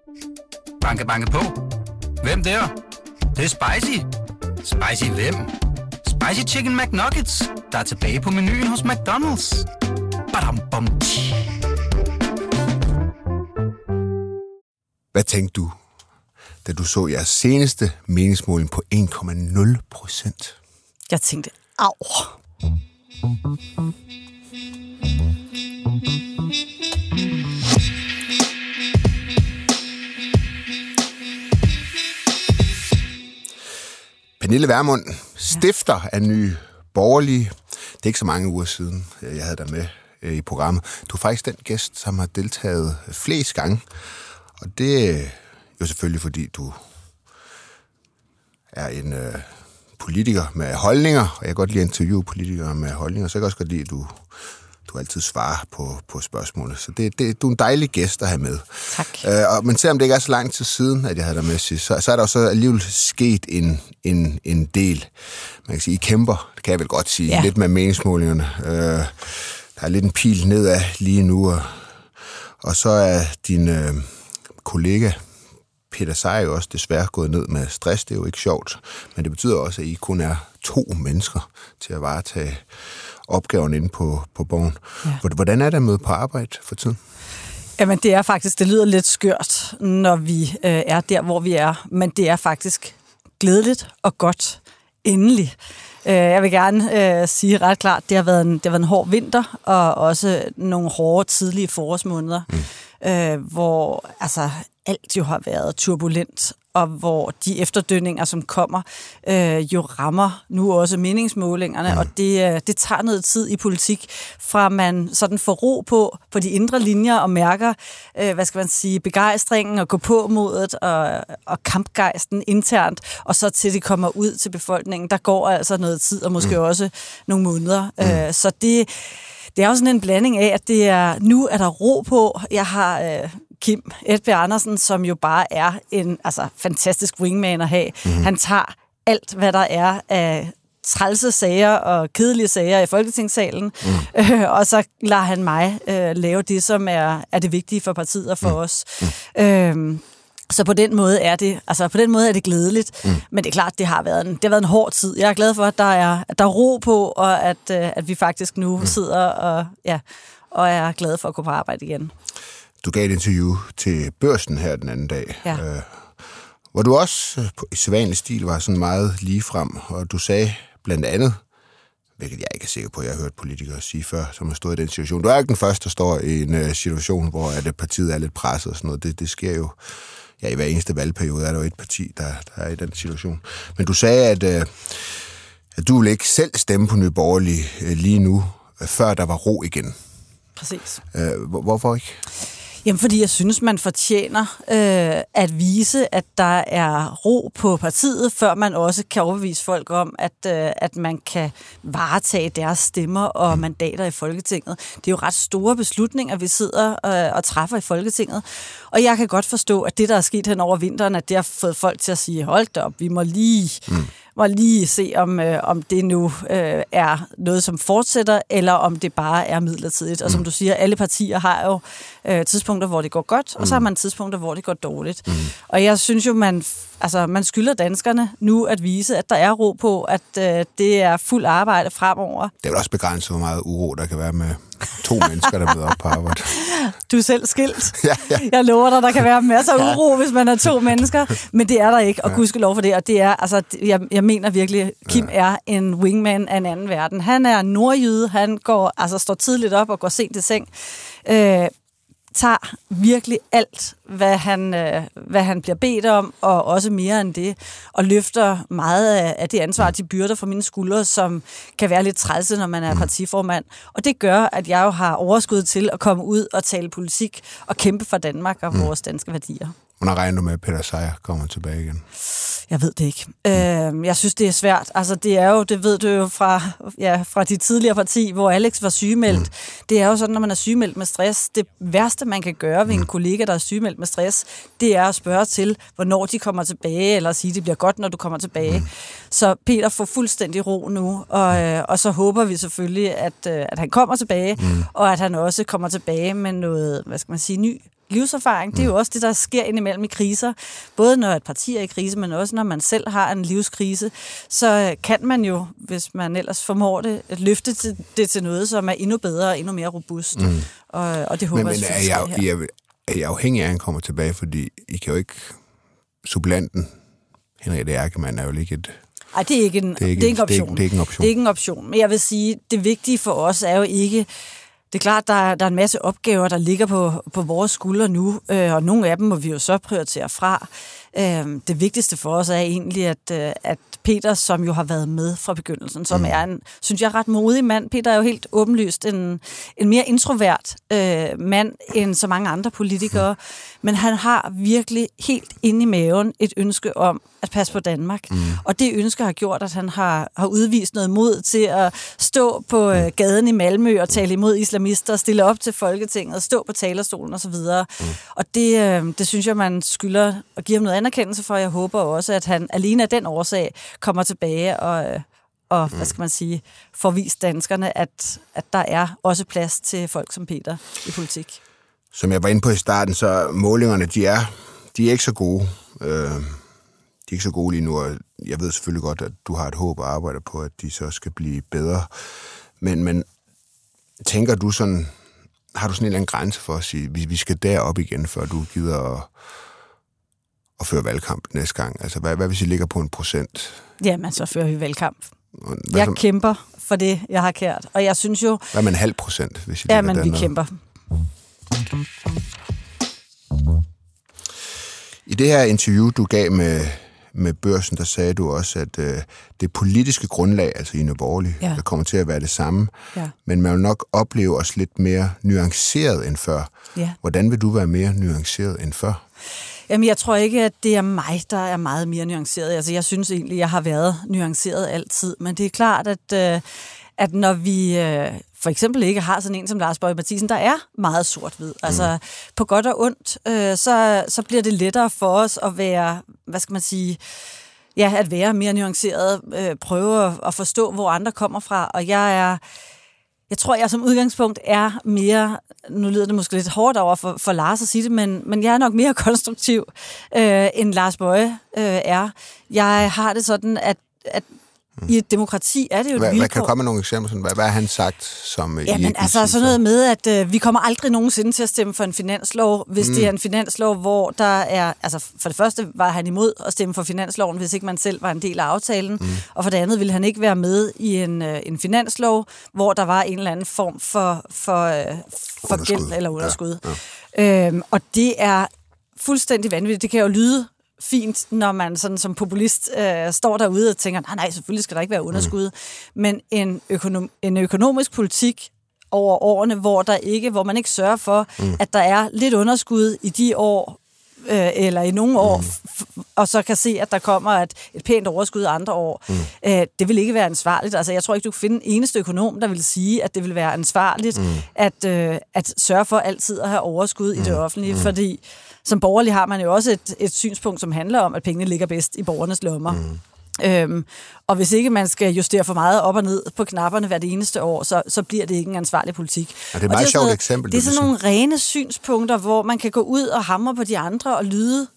Banke, banke på. Hvem der? Det er spicy. Spicy hvem? Spicy Chicken McNuggets, der er tilbage på menuen hos McDonald's. Badum, bom, tji. Hvad tænkte du, da du så jeres seneste meningsmåling på 1,0%? Jeg tænkte, au. Pernille Vermund, stifter af Nye Borgerlige. Det er ikke så mange uger siden, jeg havde dig med i programmet. Du er faktisk den gæst, som har deltaget flest gange. Og det er jo selvfølgelig, fordi du er en politiker med holdninger. Og jeg kan godt lide at interviewe politikere med holdninger. Så jeg kan også godt lide, at du altid svarer på spørgsmålet. Så du er en dejlig gæst at have med. Tak. Men selvom det ikke er så lang tid siden, at jeg havde dig med sidst, så er der jo så alligevel sket en del. Man kan sige, I kæmper, det kan jeg vel godt sige, lidt med meningsmålingerne. Der er lidt en pil nedad lige nu, og så er din kollega Peter Sejer jo også desværre gået ned med stress. Det er jo ikke sjovt, men det betyder også, at I kun er 2 mennesker til at varetage opgaven inde på Borgen. Ja. Hvordan er det at møde på arbejde for tiden? Jamen, det lyder lidt skørt, når vi er der, hvor vi er, men det er faktisk glædeligt og godt. Endelig. Jeg vil gerne sige ret klart, det har været en hård vinter, og også nogle hårde tidlige forårsmåneder, hvor altså alt jo har været turbulent, og hvor de efterdønninger, som kommer, jo rammer nu også meningsmålingerne, og det tager noget tid i politik, fra man sådan får ro på de indre linjer og mærker, begejstringen og gå på modet og kampgejsten internt, og så til det kommer ud til befolkningen. Der går altså noget tid, og måske også nogle måneder. Så det er jo sådan en blanding af, at nu er der ro på. Jeg har Kim Edberg Andersen, som jo bare er en fantastisk wingman at have. Han tager alt, hvad der er af trælse sager og kedelige sager i Folketingssalen, og så lader han mig lave det, som er det vigtige for partiet og for os. Så på den måde er det glædeligt, men det er klart, det har været en hård tid. Jeg er glad for, at der er ro på, og at vi faktisk nu sidder og er glade for at gå på arbejde igen. Du gav et interview til Børsen her den anden dag, hvor du også i sædvanlig stil var sådan meget ligefrem, og du sagde blandt andet, hvilket jeg ikke er sikker på, at jeg har hørt politikere sige før, som har stået i den situation. Du er ikke den første, der står i en situation, hvor partiet er lidt presset og sådan noget. Det sker jo i hver eneste valgperiode, er der jo et parti, der er i den situation. Men du sagde, at du ville ikke selv stemme på Nye Borgerlige lige nu, før der var ro igen. Præcis. Hvorfor ikke? Jamen, fordi jeg synes, man fortjener at vise, at der er ro på partiet, før man også kan overbevise folk om, at man kan varetage deres stemmer og mandater i Folketinget. Det er jo ret store beslutninger, vi sidder og træffer i Folketinget. Og jeg kan godt forstå, at det, der er sket hen over vinteren, at det har fået folk til at sige, hold da op, vi må lige se, om det nu er noget, som fortsætter, eller om det bare er midlertidigt. Og som du siger, alle partier har jo tidspunkter, hvor det går godt, og så har man tidspunkter, hvor det går dårligt. Og jeg synes jo, man skylder danskerne nu at vise, at der er ro på, at det er fuld arbejde fremover. Det er vel også begrænset, hvor meget uro der kan være med 2 mennesker, der møder op på arbejde. Du er selv skilt. Ja. Jeg lover dig, der kan være masser af uro, hvis man er 2 mennesker, men det er der ikke, og gudskelov for det. Og det er, jeg mener virkelig, Kim er en wingman af en anden verden. Han er nordjyde, han står tidligt op og går sent til seng. Tager virkelig alt, hvad han bliver bedt om, og også mere end det, og løfter meget af det ansvar, de byrder fra mine skuldre, som kan være lidt trælse, når man er partiformand. Og det gør, at jeg jo har overskud til at komme ud og tale politik og kæmpe for Danmark og vores danske værdier. Hvornår regner du med, at Peter Sejer kommer tilbage igen? Jeg ved det ikke. Jeg synes, det er svært. Altså, det er jo, det ved du jo fra de tidligere parti, hvor Alex var sygemeldt. Det er jo sådan, når man er sygemeldt med stress. Det værste, man kan gøre ved en kollega, der er sygemeldt med stress, det er at spørge til, hvornår de kommer tilbage, eller sige, det bliver godt, når du kommer tilbage. Så Peter får fuldstændig ro nu, og så håber vi selvfølgelig, at han kommer tilbage, og at han også kommer tilbage med noget, livserfaring. Det er jo også det, der sker indimellem i kriser. Både når et parti er i krise, men også når man selv har en livskrise. Så kan man jo, hvis man ellers formår det, at løfte det til noget, som er endnu bedre og endnu mere robust. Og det håber jeg. Er jeg afhængig af, at han kommer tilbage? Fordi I kan jo ikke... Supplanten, Henriette Erkemann, er jo ikke et... Nej, det er ikke en option. Det er ikke en option. Det er ikke en option. Men jeg vil sige, det vigtige for os er jo ikke... Det er klart, der er en masse opgaver, der ligger på vores skuldre nu, og nogle af dem må vi jo så prioritere fra. Det vigtigste for os er egentlig, at Peter, som jo har været med fra begyndelsen, som er en, synes jeg, ret modig mand. Peter er jo helt åbenlyst en mere introvert mand end så mange andre politikere, men han har virkelig helt inde i maven et ønske om at passe på Danmark. Og det ønske har gjort, at han har udvist noget mod til at stå på gaden i Malmø og tale imod islamister, stille op til Folketinget og stå på talerstolen osv. Og det synes jeg, man skylder at give ham noget anerkendelse for. Jeg håber også, at han alene af den årsag kommer tilbage og hvad skal man sige, får vist danskerne, at der er også plads til folk som Peter i politik. Som jeg var inde på i starten, så målingerne, de er ikke så gode. De er ikke så gode lige nu, og jeg ved selvfølgelig godt, at du har et håb og arbejder på, at de så skal blive bedre. Men tænker du sådan, har du sådan en eller anden grænse for at sige, vi skal derop igen, før du gider at føre valgkamp næste gang? Altså, hvad hvis I ligger på 1%? Jamen, så fører vi valgkamp. Jeg kæmper for det, jeg har kært. Og jeg synes jo... Hvad med 0,5%, hvis I ligger dernede? Jamen, vi kæmper. I det her interview, du gav med Børsen, der sagde du også, at det politiske grundlag, altså i Nye Borgerlige, der kommer til at være det samme, men man vil nok opleve os lidt mere nuanceret end før. Ja. Hvordan vil du være mere nuanceret end før? Jamen, jeg tror ikke, at det er mig, der er meget mere nuanceret. Altså, jeg synes egentlig, jeg har været nuanceret altid, men det er klart, at når vi for eksempel ikke har sådan en som Lars Boje Mathiesen, der er meget sort-hvid. Altså, på godt og ondt, så bliver det lettere for os at være, hvad skal man sige, at være mere nuanceret, prøve at forstå, hvor andre kommer fra. Og jeg tror, jeg som udgangspunkt er mere, nu lyder det måske lidt hårdt over for Lars at sige det, men jeg er nok mere konstruktiv, end Lars Boje er. Jeg har det sådan, at i et demokrati er det jo et vilkår. Hvad kan komme med nogle eksempler? Hvad har han sagt som... Jamen, altså sådan noget med, at vi kommer aldrig nogensinde til at stemme for en finanslov, hvis det er en finanslov, hvor der er... Altså, for det første var han imod at stemme for finansloven, hvis ikke man selv var en del af aftalen. Og for det andet ville han ikke være med i en finanslov, hvor der var en eller anden form for gæld eller underskud. Ja. Og det er fuldstændig vanvittigt. Det kan jo lyde fint, når man sådan som populist står derude og tænker, nej, selvfølgelig skal der ikke være underskud. Men en økonomisk politik over årene, hvor man ikke sørger for, at der er lidt underskud i de år, eller i nogle år, og så kan se, at der kommer et pænt overskud andre år. Det vil ikke være ansvarligt. Altså, jeg tror ikke, du kan finde en eneste økonom, der vil sige, at det vil være ansvarligt at sørge for altid at have overskud i det offentlige, fordi som borgerlig har man jo også et synspunkt, som handler om, at pengene ligger bedst i borgernes lommer. Og hvis ikke man skal justere for meget op og ned på knapperne hvert eneste år, så bliver det ikke en ansvarlig politik. Ja, det er et meget sjovt eksempel. Det er sådan nogle rene synspunkter, hvor man kan gå ud og hamre på de andre og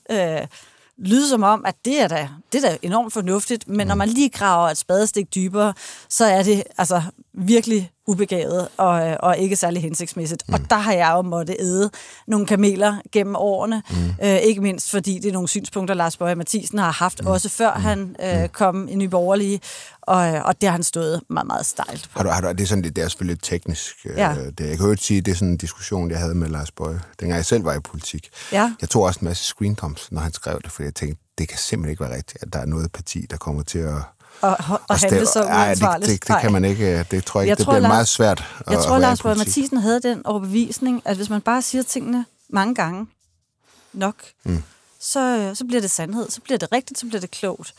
lyde som om, at det er da enormt fornuftigt, men når man lige graver et spadestik dybere, så er det altså virkelig ubegavet og ikke særlig hensigtsmæssigt. Og der har jeg jo måttet æde nogle kameler gennem årene, ikke mindst fordi det er nogle synspunkter, Lars Boje Mathiesen har haft, også før han kom i Nye Borgerlige, og det har han stået meget, meget stejlt på. Det er sådan, det er selvfølgelig teknisk. Jeg kan jo ikke sige, det er sådan en diskussion, jeg havde med Lars Boje, dengang jeg selv var i politik. Ja. Jeg tog også en masse screendumps, når han skrev det, fordi jeg tænkte, det kan simpelthen ikke være rigtigt, at der er noget parti, der kommer til at og handle så uansvarligt. Det kan man ikke. Det tror jeg ikke. Det bliver meget svært. Jeg tror, Lars Boje Mathiesen havde den overbevisning, at hvis man bare siger tingene mange gange nok, så bliver det sandhed, så bliver det rigtigt, så bliver det klogt.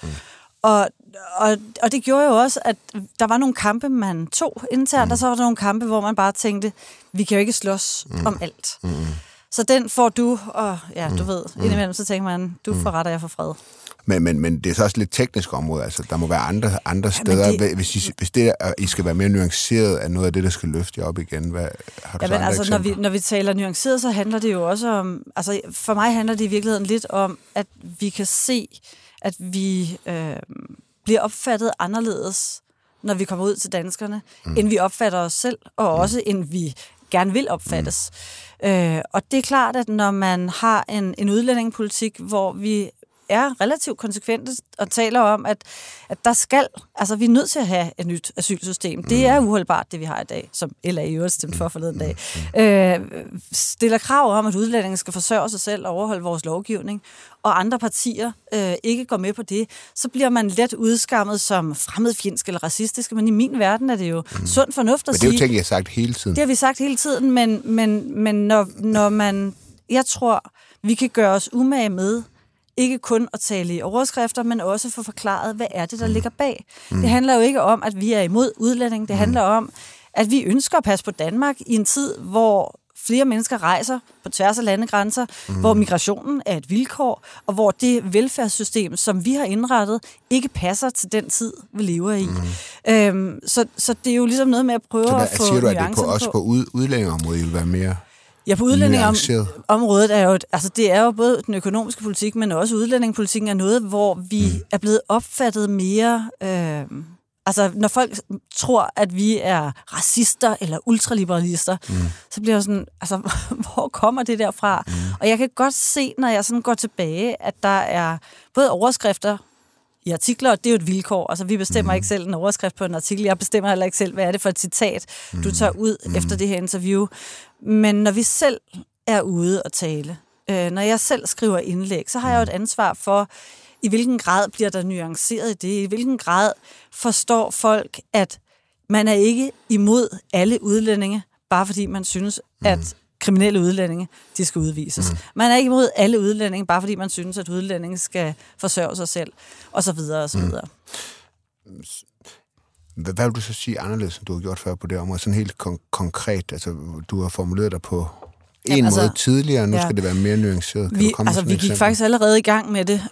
Og det gjorde jo også, at der var nogle kampe, man tog internt, og så var der nogle kampe, hvor man bare tænkte, vi kan jo ikke slås om alt. Så den får du, og du ved, indimellem så tænker man, du får ret, og jeg får fred. Men det er så også lidt teknisk område. Altså, der må være andre steder. Hvis det er, I skal være mere nuanceret af noget af det, der skal løfte jer op igen, har du så andre eksempler? Når vi taler nuanceret, så handler det jo også om... Altså, for mig handler det i virkeligheden lidt om, at vi kan se, at vi bliver opfattet anderledes, når vi kommer ud til danskerne, end vi opfatter os selv, og også end vi gerne vil opfattes. Og det er klart, at når man har en udlændingepolitik, hvor vi er relativt konsekvente og taler om, at der skal, altså vi er nødt til at have et nyt asylsystem. Det er uholdbart, det vi har i dag, som LA i øvrigt stemte for forleden dag. Stiller krav om, at udlændinge skal forsørge sig selv og overholde vores lovgivning, og andre partier ikke går med på det, så bliver man let udskammet som fremmedfjendsk eller racistisk, men i min verden er det jo sund fornuft at sige. Men det er jo ting, jeg har sagt hele tiden. Det har vi sagt hele tiden, men når man... Jeg tror, vi kan gøre os umage med ikke kun at tale i overskrifter, men også få forklaret, hvad er det, der ligger bag. Det handler jo ikke om, at vi er imod udlænding. Det handler om, at vi ønsker at passe på Danmark i en tid, hvor flere mennesker rejser på tværs af landegrænser, hvor migrationen er et vilkår, og hvor det velfærdssystem, som vi har indrettet, ikke passer til den tid, vi lever i. Så det er jo ligesom noget med at prøve at få siger du, at det på på udlændingeområdet vil være mere... Ja, på udlændingeområdet er jo, altså det er jo både den økonomiske politik, men også udlændingepolitikken er noget, hvor vi er blevet opfattet mere... altså, når folk tror, at vi er racister eller ultraliberalister, så bliver det sådan, altså, hvor kommer det derfra? Og jeg kan godt se, når jeg sådan går tilbage, at der er både overskrifter i artikler, og det er jo et vilkår. Altså, vi bestemmer ikke selv en overskrift på en artikel. Jeg bestemmer heller ikke selv, hvad er det for et citat, du tager ud efter det her interview. Men når vi selv er ude og tale, når jeg selv skriver indlæg, så har jeg jo et ansvar for, i hvilken grad bliver der nuanceret i det? I hvilken grad forstår folk, at man er ikke imod alle udlændinge, bare fordi man synes, at kriminelle udlændinge, de skal udvises. Man er ikke imod alle udlændinge, bare fordi man synes, at udlændinge skal forsørge sig selv, og så videre, og så videre. Hvad vil du så sige anderledes, end du har gjort før på det område? Sådan helt konkret, altså du har formuleret dig på en måde tidligere, nu skal det være mere nuanceret. Vi gik faktisk allerede i gang med det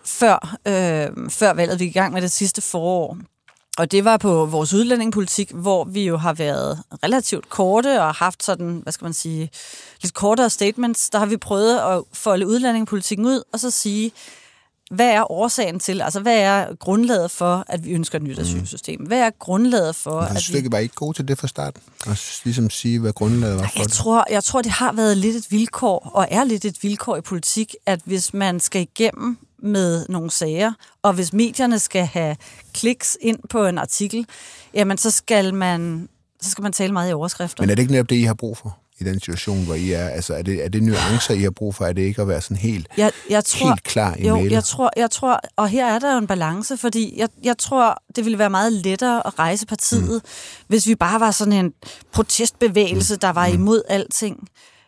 før valget. Vi gik i gang med det sidste forår. Og det var på vores udlændingepolitik, hvor vi jo har været relativt korte og haft sådan, hvad skal man sige, lidt kortere statements. Der har vi prøvet at folde udlændingepolitikken ud og så sige, hvad er årsagen til, altså hvad er grundlaget for, at vi ønsker et nyt asylsystem? Hvad er grundlaget for, at vi... Jeg synes, var ikke god til det fra starten? Og ligesom sige, hvad grundlaget var for det? Jeg tror, det har været lidt et vilkår, og er lidt et vilkår i politik, at hvis man skal igennem med nogle sager, og hvis medierne skal have kliks ind på en artikel, jamen så skal man tale meget i overskrifter. Men er det ikke netop det, I har brug for i den situation, hvor I er? Altså er det nuancer, I har brug for? Er det ikke at være sådan helt klar i mailet? Jeg tror, og her er der jo en balance, fordi jeg tror, det ville være meget lettere at rejse partiet, hvis vi bare var sådan en protestbevægelse, der var imod alting.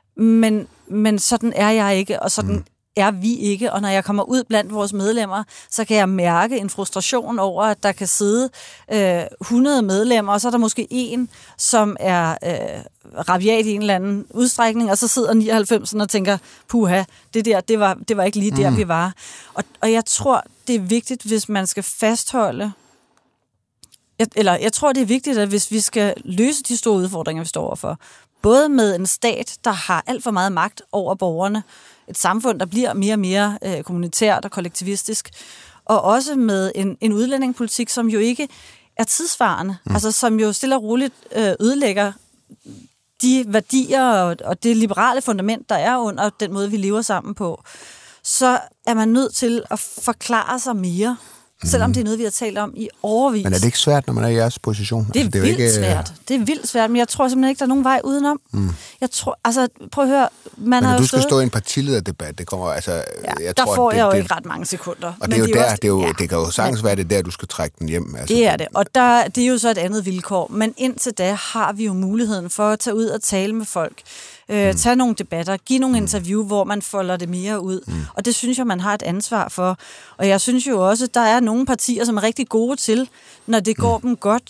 Men sådan er jeg ikke, og sådan er vi ikke, og når jeg kommer ud blandt vores medlemmer, så kan jeg mærke en frustration over, at der kan sidde 100 medlemmer, og så er der måske en, som er rabiat i en eller anden udstrækning, og så sidder 99 og tænker, puha, det var ikke lige der, vi var. Og jeg tror, det er vigtigt, hvis man skal fastholde, jeg tror, det er vigtigt, at hvis vi skal løse de store udfordringer, vi står overfor, både med en stat, der har alt for meget magt over borgerne, et samfund, der bliver mere og mere kommunitært og kollektivistisk, og også med en udlændingepolitik, som jo ikke er tidsvarende, altså som jo stille og roligt ødelægger de værdier og det liberale fundament, der er under den måde, vi lever sammen på, så er man nødt til at forklare sig mere, selvom det er noget, vi har talt om i årevis. Men er det ikke svært, når man er i jeres position? Det er vildt svært. Det er vildt svært, men jeg tror simpelthen ikke, der er nogen vej udenom. Jeg tror, altså, prøv at høre, men når du skal stå i en partilederdebat, det kommer, altså... der får jeg jo ikke ret mange sekunder. Og det er jo det kan jo sagtens være, det der, du skal trække den hjem. Altså. Det er det, og det er jo så et andet vilkår. Men indtil da har vi jo muligheden for at tage ud og tale med folk. Tage nogle debatter, give nogle interview, hvor man folder det mere ud. Og det synes jeg, man har et ansvar for. Og jeg synes jo også, der er nogle partier, som er rigtig gode til, når det går dem godt,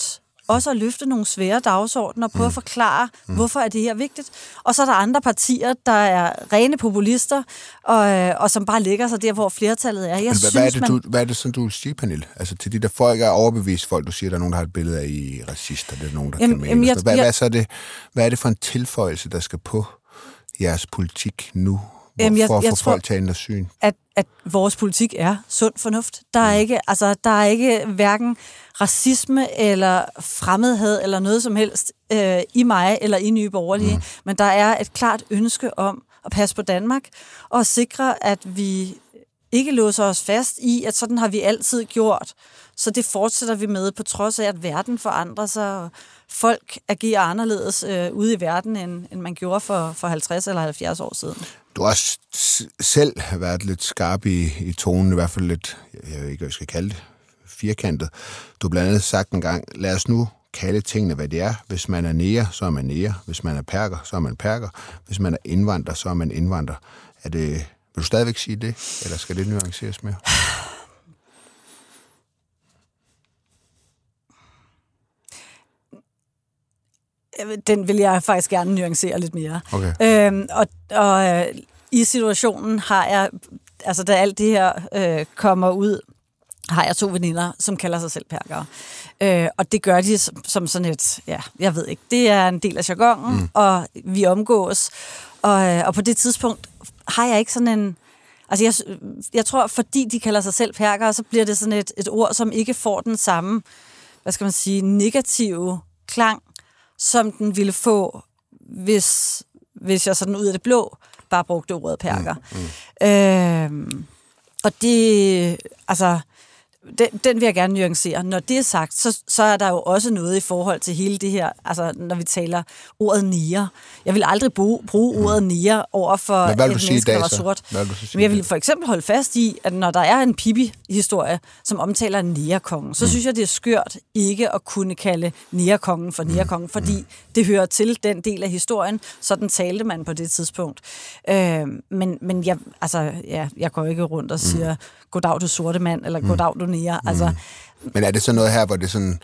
også at løfte nogle svære dagsordner, prøve at forklare, hvorfor er det her vigtigt. Og så er der andre partier, der er rene populister, og som bare ligger sig der, hvor flertallet er. Hvad er det, som du vil sige, Pernille? Altså til de der folk er overbevist folk, du siger, der er nogen, der har et billede af i racister, det er nogen, der kan mene. Hvad er det for en tilføjelse, der skal på jeres politik nu, for at få folk til at ændre syn? At vores politik er sund fornuft. Der er ikke hverken racisme eller fremmedhed eller noget som helst i mig eller i Nye Borgerlige, men der er et klart ønske om at passe på Danmark og sikre, at vi ikke låser os fast i, at sådan har vi altid gjort. Så det fortsætter vi med, på trods af, at verden forandrer sig, og folk agerer anderledes ude i verden, end man gjorde for 50 eller 70 år siden. Du har også selv været lidt skarp i tonen, i hvert fald lidt, jeg ved ikke, hvad jeg skal kalde det, firkantet. Du har blandt andet sagt en gang, lad os nu kalde tingene, hvad det er. Hvis man er næger, så er man næger. Hvis man er perker, så er man perker. Hvis man er indvandrer, så er man indvandrer. Vil du stadigvæk sige det, eller skal det nuanceres mere? Den vil jeg faktisk gerne nuancere lidt mere. Okay. Og i situationen har jeg, altså da alt det her kommer ud, har jeg 2 veninder, som kalder sig selv perkere. Og det gør de som sådan et, jeg ved ikke, det er en del af jargonen, og vi omgås. Og på det tidspunkt har jeg ikke sådan en... Altså jeg tror, fordi de kalder sig selv perkere, så bliver det sådan et ord, som ikke får den samme, hvad skal man sige, negative klang, som den ville få, hvis jeg sådan ud af det blå bare brugte ordet perker. Og det, altså, den vil jeg gerne nuancere. Når det er sagt, så er der jo også noget i forhold til hele det her, altså når vi taler ordet niger. Jeg vil aldrig bruge ordet niger over for et menneske, der var sort. Men jeg vil for eksempel holde fast i, at når der er en Pippi-historie, som omtaler en nigerkongen, så synes jeg, det er skørt ikke at kunne kalde nigerkongen for nigerkongen, fordi det hører til den del af historien, sådan talte man på det tidspunkt. Men jeg går ikke rundt og siger, goddag du sorte mand, eller goddag du niger. Altså, men er det så noget her, hvor det sådan...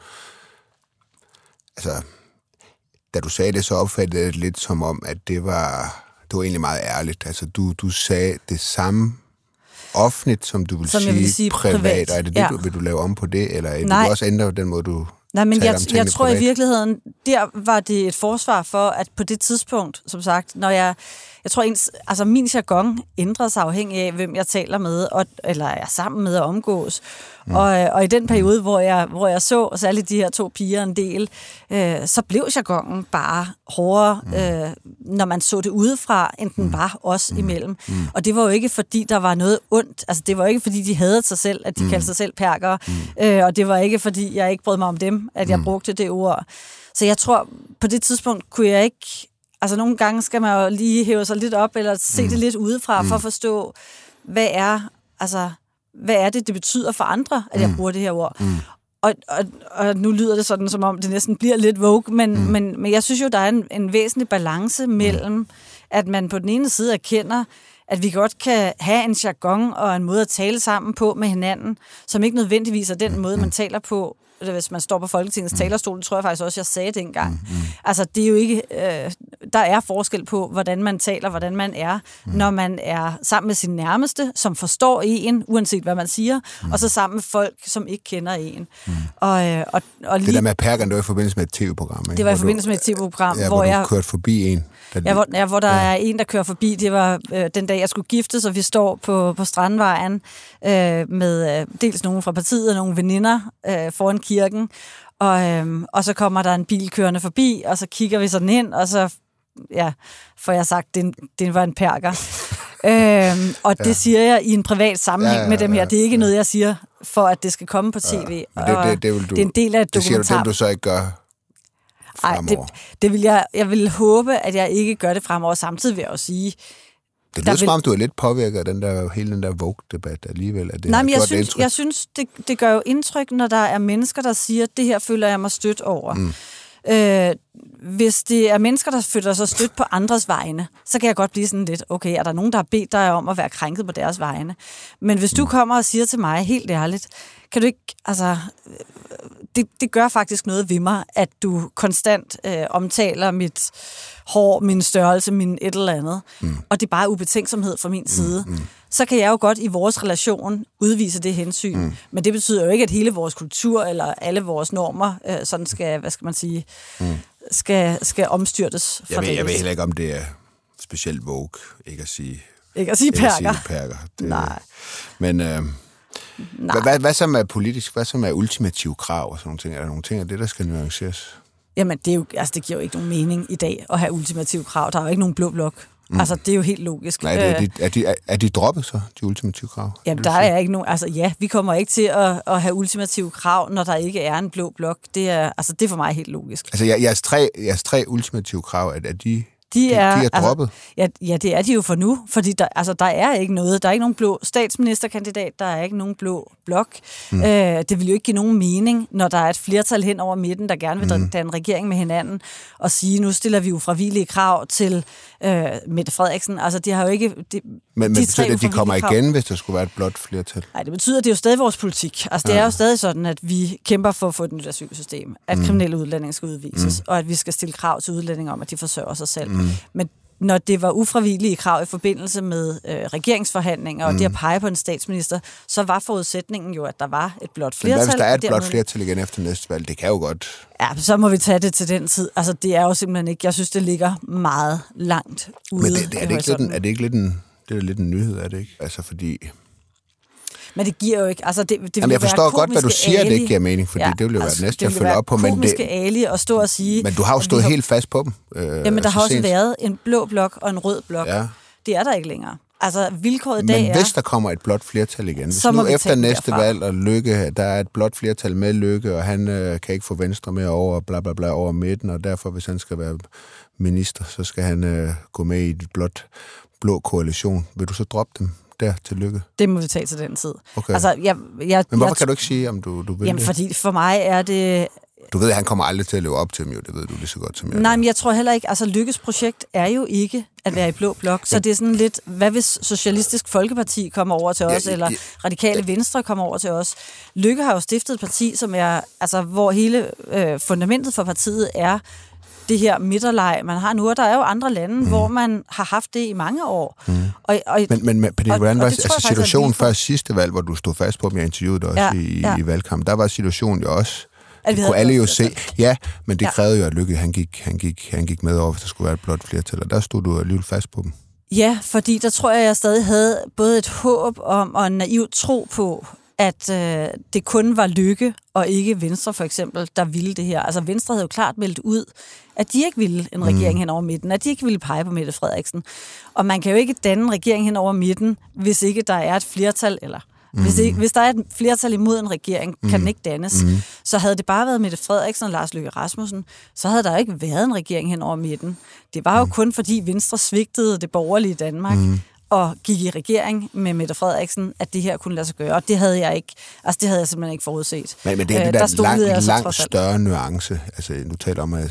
Altså, da du sagde det, så opfattede jeg det lidt som om, at det var egentlig meget ærligt. Altså, du sagde det samme offentligt, som du vil sige privat. Og er det vil du lave om på det, eller vil du også ændre den måde, du... Nej, men jeg tror privat? I virkeligheden, der var det et forsvar for, at på det tidspunkt, som sagt, når jeg tror min jargon ændrede sig afhængig af, hvem jeg taler med, eller er sammen med og omgås. Og i den periode, hvor jeg så særligt de her 2 piger en del, så blev jargonen bare hårdere, når man så det udefra, end den var os imellem. Og det var jo ikke, fordi der var noget ondt. Altså, det var ikke, fordi de hadede sig selv, at de kaldte sig selv perkere. Og det var ikke, fordi jeg ikke brød mig om dem, at jeg brugte det ord. Så jeg tror, på det tidspunkt kunne jeg ikke... Altså, nogle gange skal man jo lige hæve sig lidt op, eller se det lidt udefra, for at forstå, hvad er det betyder for andre, at jeg bruger det her ord. Og nu lyder det sådan, som om det næsten bliver lidt vogue, men jeg synes jo, der er en væsentlig balance mellem, at man på den ene side erkender, at vi godt kan have en jargon og en måde at tale sammen på med hinanden, som ikke nødvendigvis er den måde, man taler på, hvis man står på Folketingets talerstol. Det tror jeg faktisk også, jeg sagde det engang. Altså, det er jo ikke... der er forskel på, hvordan man taler, hvordan man er, når man er sammen med sin nærmeste, som forstår en, uanset hvad man siger, og så sammen med folk, som ikke kender en. Og det der med perkeren, det var i forbindelse med et tv-program, ikke? Det var i forbindest med et tv-program, hvor jeg kørte forbi en. Hvor der er en, der kører forbi. Det var den dag, jeg skulle giftes, og vi står på Strandvejen med dels nogen fra partiet og nogle veninder foran kirken. Og så kommer der en bil kørende forbi, og så kigger vi sådan ind, og så får jeg sagt, det var en perker. Og det siger jeg i en privat sammenhæng med dem her. Det er ikke noget, jeg siger, for at det skal komme på tv. Det er en del af et dokumentar. Det siger du, du så ikke gør fremover? Det vil jeg vil håbe, at jeg ikke gør det fremover. Samtidig vil jeg også sige... Det lyder som om, du er lidt påvirket af hele den der Vogue-debat alligevel. Nej, men jeg synes det gør jo indtryk, når der er mennesker, der siger, at det her føler jeg mig stødt over. Hvis det er mennesker, der føler sig stødt på andres vegne, så kan jeg godt blive sådan lidt, okay, er der nogen, der har bedt dig om at være krænket på deres vegne? Men hvis du kommer og siger til mig helt ærligt, kan du ikke, altså, det gør faktisk noget ved mig, at du konstant omtaler mit hår, min størrelse, min et eller andet, og det er bare ubetænksomhed fra min side. Så kan jeg jo godt i vores relation udvise det hensyn. Men det betyder jo ikke, at hele vores kultur eller alle vores normer sådan skal, hvad skal man sige, skal omstyrtes. Jeg ved heller ikke, om det er specielt woke, ikke at sige perker. Nej. Men hvad så med politisk? Hvad så med ultimative krav og sådan nogle ting? Er der nogle ting af det, der skal nuanceres? Jamen, det giver jo ikke nogen mening i dag at have ultimative krav. Der er jo ikke nogen blå blok. Altså, det er jo helt logisk. Nej, er de droppet så, de ultimative krav? Jamen, der er ikke nogen... Altså, ja, vi kommer ikke til at have ultimative krav, når der ikke er en blå blok. Det er for mig helt logisk. Altså, jeres tre ultimative krav, er de er droppet? Ja, det er de jo for nu, fordi der er ikke noget. Der er ikke nogen blå statsministerkandidat, der er ikke nogen blå blok. Det vil jo ikke give nogen mening, når der er et flertal hen over midten, der gerne vil danne regering med hinanden, og sige, nu stiller vi ufravigelige krav til Mette Frederiksen. Altså, de har jo ikke... Men betyder det, at de kommer igen, hvis der skulle være et blåt flertal? Nej, det betyder, at det er jo stadig vores politik. Altså, det er jo stadig sådan, at vi kæmper for at få et nyt asylsystem, at kriminelle udlændinge skal udvises, og at vi skal stille krav til udlændinge om, at de forsørger sig selv. Men når det var ufravigelige krav i forbindelse med regeringsforhandlinger, og det at pege på en statsminister, så var forudsætningen jo, at der var et blåt flertal. Men hvad hvis der er et blåt flertal igen efter næste valg? Det kan jo godt... Ja, så må vi tage det til den tid. Altså, det er jo simpelthen ikke... Jeg synes, det ligger meget langt ude. Men er det ikke lidt en nyhed, er det ikke? Altså, fordi... Men det giver jo ikke... Altså, Jamen, jeg forstår godt, hvad du siger, det ikke giver mening, fordi det vil jo være næste, jeg følger op på. Men det er at stå og sige... Men du har jo stået helt fast på dem. Jamen, der har også været en blå blok og en rød blok. Ja. Det er der ikke længere. Altså, vilkåret i dag Men hvis der kommer et blåt flertal igen, hvis nu efter næste valg og Løkke, der er et blåt flertal med Løkke, og han kan ikke få Venstre med over, bla bla bla, over midten, og derfor, hvis han skal være minister, så skal han gå med i et blå koalition. Vil du så droppe dem der til Løkke? Det må vi tage til den tid. Okay. Altså, men hvorfor kan du ikke sige, om du vil det? Fordi for mig er det... Du ved, at han kommer aldrig til at leve op til dem, jo. Det ved du lige så godt som jeg. Nej, men jeg tror heller ikke... Altså, Lykkes projekt er jo ikke at være i blå blok, så det er sådan lidt... Hvad hvis Socialistisk Folkeparti kommer over til os, eller Radikale Venstre kommer over til os? Lykke har jo stiftet et parti, som er... Altså, hvor hele fundamentet for partiet er det her midterleg, man har nu, og der er jo andre lande, hvor man har haft det i mange år. Men Pernille, hvordan var situationen før sidste valg, hvor du stod fast på dem, jeg interviewede også i valgkamp, der var situationen jo også... Det kunne alle jo se. Ja, men det krævede jo, at Løkke, han gik med over, hvis der skulle være et blåt flertal, og der stod du alligevel fast på dem. Ja, fordi der tror jeg stadig havde både et håb om og en naiv tro på, at det kun var Løkke og ikke Venstre for eksempel, der ville det her. Altså Venstre havde jo klart meldt ud, at de ikke ville en regering hen over midten, at de ikke ville pege på Mette Frederiksen. Og man kan jo ikke danne en regering hen over midten, hvis ikke der er et flertal, eller hvis der er et flertal imod en regering, kan den ikke dannes. Så havde det bare været Mette Frederiksen og Lars Løkke Rasmussen, så havde der ikke været en regering hen over midten. Det var jo kun fordi Venstre svigtede det borgerlige Danmark og gik i regering med Mette Frederiksen, at det her kunne lade sig gøre. Og det havde jeg ikke, altså det havde jeg simpelthen ikke forudset. Men det er det der langt større nuance. Altså nu taler om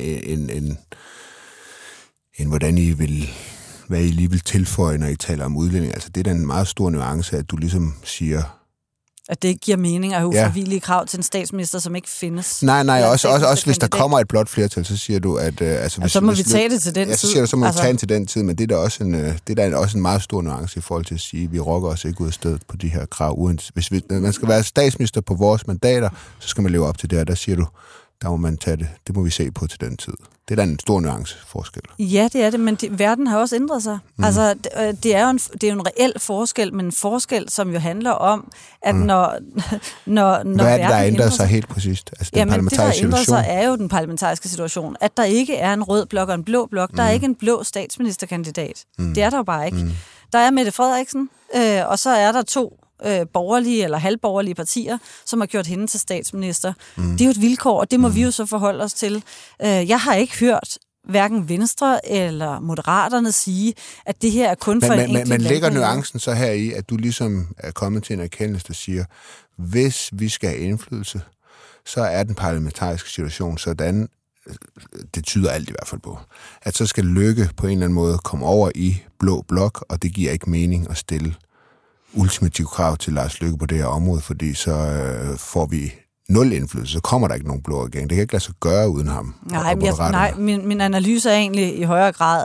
hvordan I vil... hvad I lige vil tilføje, når I taler om udlænding. Altså, det er da en meget stor nuance, at du ligesom siger... At det ikke giver mening at have ufravigelige krav til en statsminister, som ikke findes. Nej, også hvis der kommer et blåt flertal, så siger du, at... så må vi tage det til den tid. Ja, så siger du, så må vi tage det til den tid, men det er da også en meget stor nuance i forhold til at sige, at vi rokker os ikke ud af stedet på de her krav. Hvis man skal være statsminister på vores mandater, så skal man leve op til det, og der siger du, der må man tage det. Det må vi se på til den tid. Det er da en stor nuanceforskel. Ja, det er det, men verden har også ændret sig. Altså, det er jo en reel forskel, men en forskel, som jo handler om, at når hvad er det, der ændrer sig helt præcist? Altså, jamen, det, der ændrer sig, er jo den parlamentariske situation. At der ikke er en rød blok og en blå blok. Der er ikke en blå statsministerkandidat. Det er der jo bare ikke. Der er Mette Frederiksen, og så er der to borgerlige eller halvborgerlige partier, som har gjort hende til statsminister. Det er jo et vilkår, og det må vi jo så forholde os til. Jeg har ikke hørt hverken Venstre eller Moderaterne sige, at det her er kun for en enkelt land. Men ligger nuancen så her i, at du ligesom er kommet til en erkendelse, der siger, hvis vi skal have indflydelse, så er den parlamentariske situation sådan, det tyder alt i hvert fald på, at så skal Løkke på en eller anden måde komme over i blå blok, og det giver ikke mening at stille ultimative krav til Lars Løkke på det her område, fordi så får vi nul indflydelse, så kommer der ikke nogen blå regering. Det kan ikke lade sig gøre uden ham. Nej, min analyse er egentlig i højere grad,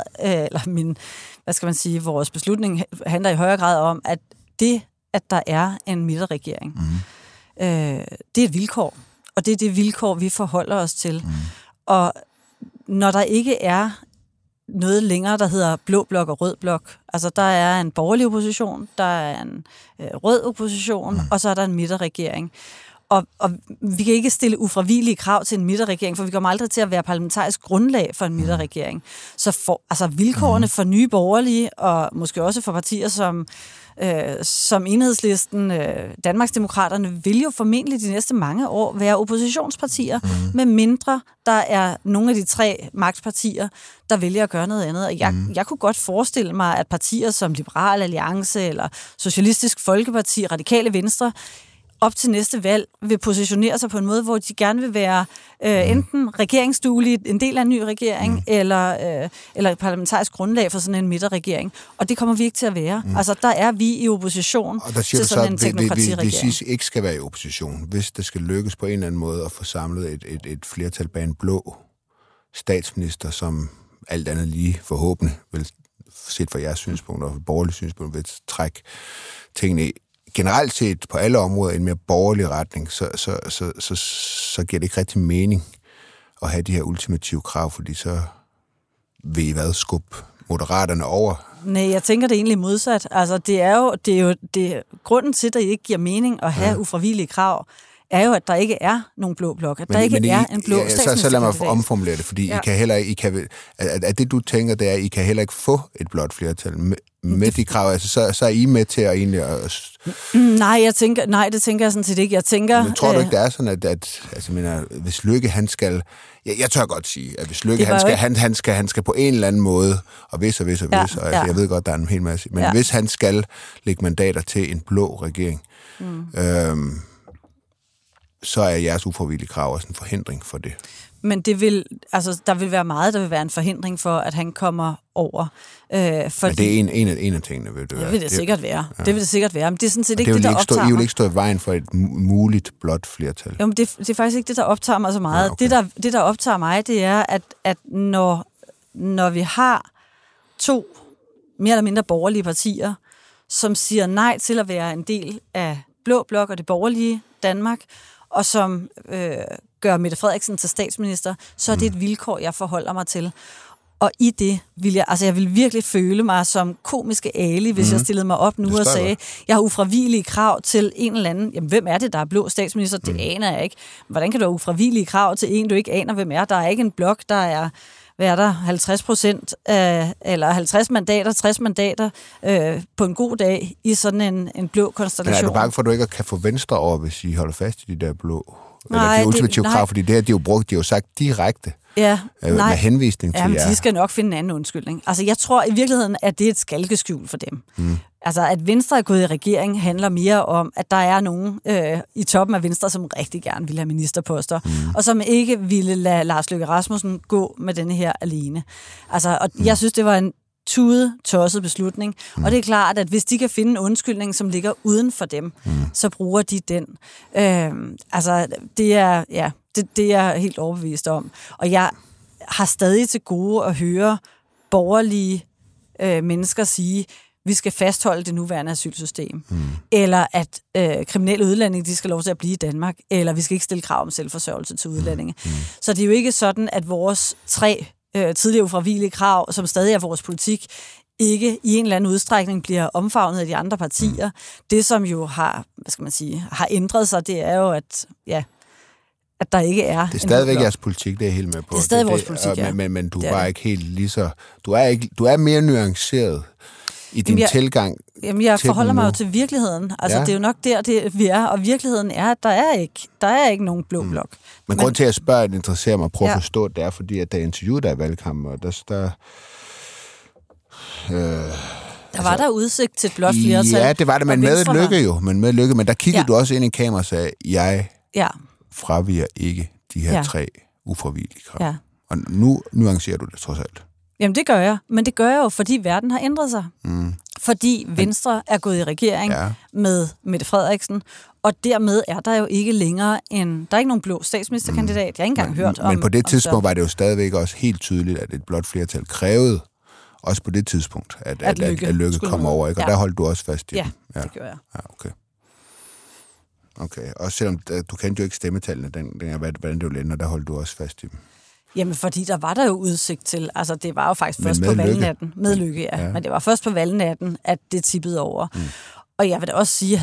vores beslutning handler i højere grad om, at det, at der er en midterregering, det er et vilkår. Og det er det vilkår, vi forholder os til. Og når der ikke er noget længere, der hedder blå blok og rød blok, altså der er en borgerlig opposition, der er en rød opposition, og så er der en midterregering. Og vi kan ikke stille ufravigelige krav til en midterregering, for vi kommer aldrig til at være parlamentarisk grundlag for en midterregering. Så vilkårene for nye borgerlige, og måske også for partier som Enhedslisten, Danmarksdemokraterne, vil jo formentlig de næste mange år være oppositionspartier, med mindre der er nogle af de 3 magtpartier, der vælger at gøre noget andet. Og jeg kunne godt forestille mig, at partier som Liberal Alliance eller Socialistisk Folkeparti, Radikale Venstre, op til næste valg vil positionere sig på en måde, hvor de gerne vil være enten regeringsduelige, en del af en ny regering, eller et parlamentarisk grundlag for sådan en midterregering. Og det kommer vi ikke til at være. Altså, der er vi i opposition til sådan en teknokratiregering. Hvis I ikke skal være i opposition, hvis det skal lykkes på en eller anden måde at få samlet et flertal bag en blå statsminister, som alt andet lige forhåbentlig, vil set fra jeres synspunkter og borgerlige synspunkter, vil trække tingene generelt set på alle områder i en mere borgerlig retning, så giver det ikke rigtig mening at have de her ultimative krav, fordi så vil I skubbe Moderaterne over. Nej, jeg tænker det egentlig modsat. Altså, det er grunden til, at det ikke giver mening at have ufravigelige krav, er jo, at der ikke er nogen blå blok, at der ikke er en blå statsministerkandidat. Så lad mig omformulere det, fordi I kan heller ikke, at det du tænker, det er, at I kan heller ikke få et blåt flertal med de krav, altså så er I med til at egentlig Nej, det tænker jeg sådan set ikke. Jeg tænker... Men tror du ikke, det er sådan, at hvis Løkke, han skal... Jeg tør godt sige, at hvis Løkke, han skal på en eller anden måde, og hvis. Altså, jeg ved godt, der er en hel masse. Men hvis han skal lægge mandater til en blå regering, så er jeres ufravigelige krav også en forhindring for det. Men der vil være meget, der vil være en forhindring for, at han kommer over. Men det er en af tingene, vil det være. Det vil det sikkert være. Ja. Det vil det sikkert være. Men det er sådan set ikke det, der optager mig. I vil ikke stå i vejen for et muligt blåt flertal. Jo, men det er faktisk ikke det, der optager mig så meget. Ja, okay. Det, der optager mig, det er, at når vi har 2 mere eller mindre borgerlige partier, som siger nej til at være en del af blå blok og det borgerlige Danmark, og som gør Mette Frederiksen til statsminister, så er det et vilkår, jeg forholder mig til. Og i det vil jeg vil virkelig føle mig som komiske Ali, hvis jeg stillede mig op nu og sagde, jeg har ufravigelige krav til en eller anden, jamen hvem er det, der er blå statsminister? Det aner jeg ikke. Hvordan kan du have ufravigelige krav til en, du ikke aner, hvem er? Der er ikke en blok, der er, hvad er der, 50%, eller 50 mandater, 60 mandater på en god dag i sådan en blå konstellation. Men er du bange for, at du ikke kan få Venstre over, hvis I holder fast i de der blå? Eller de ultimative krav, fordi det her, de har jo sagt direkte. Ja, med henvisning til jer. Ja, de skal nok finde en anden undskyldning. Altså, jeg tror i virkeligheden, at det er et skalkeskjul for dem. Altså, at Venstre er gået i regering, handler mere om, at der er nogen i toppen af Venstre, som rigtig gerne vil have ministerposter, og som ikke ville lade Lars Løkke Rasmussen gå med denne her alene. Altså, og jeg synes, det var en tosset beslutning. Og det er klart, at hvis de kan finde en undskyldning, som ligger uden for dem, så bruger de den. Det er jeg helt overbevist om. Og jeg har stadig til gode at høre borgerlige mennesker sige, vi skal fastholde det nuværende asylsystem. Eller at kriminelle udlændinge, de skal lov til at blive i Danmark. Eller vi skal ikke stille krav om selvforsørgelse til udlændinge. Så det er jo ikke sådan, at vores 3 tidligere ufravigelige krav, som stadig er vores politik, ikke i en eller anden udstrækning bliver omfavnet af de andre partier. Det, som jo har ændret sig, det er jo, at der ikke er... Det er stadigvæk jeres politik, det er jeg helt med på. Det er stadig vores politik, ja. Men du er bare ikke helt lige så... Du er mere nuanceret i din tilgang. Jamen, jeg forholder mig jo til virkeligheden. Altså, det er jo nok der, vi er. Og virkeligheden er, at der er ikke nogen blå blok. Men grund til, at jeg spørger, at det interesserer mig at prøve at forstå, det er, fordi at der er interviewet der i valgkampen, og der var der udsigt til et blåt flertal. Ja, det var det, men med Løkke jo. Men der kiggede du også ind i kameraet og sagde, jeg fraviger ikke de her 3 ufravigelige krav. Ja. Og nu nuancerer du det trods alt. Jamen, det gør jeg. Men det gør jeg jo, fordi verden har ændret sig. Fordi Venstre er gået i regering med Mette Frederiksen, og dermed er der jo ikke længere der er ikke nogen blå statsministerkandidat. Jeg har ikke engang hørt om... Men på det tidspunkt var det jo stadigvæk også helt tydeligt, at et blåt flertal krævede, også på det tidspunkt, at Løkke kom over, ikke? Og der holdt du også fast i det gjorde jeg. Ja, okay. Også selvom du kendte jo ikke stemmetallene, hvordan det ville ende, og der holdt du også fast i dem. Jamen, fordi der var der jo udsigt til, altså det var jo faktisk først på valgnatten, med Løkke, ja, men det var først på valgnatten, at det tippede over. Og jeg vil da også sige,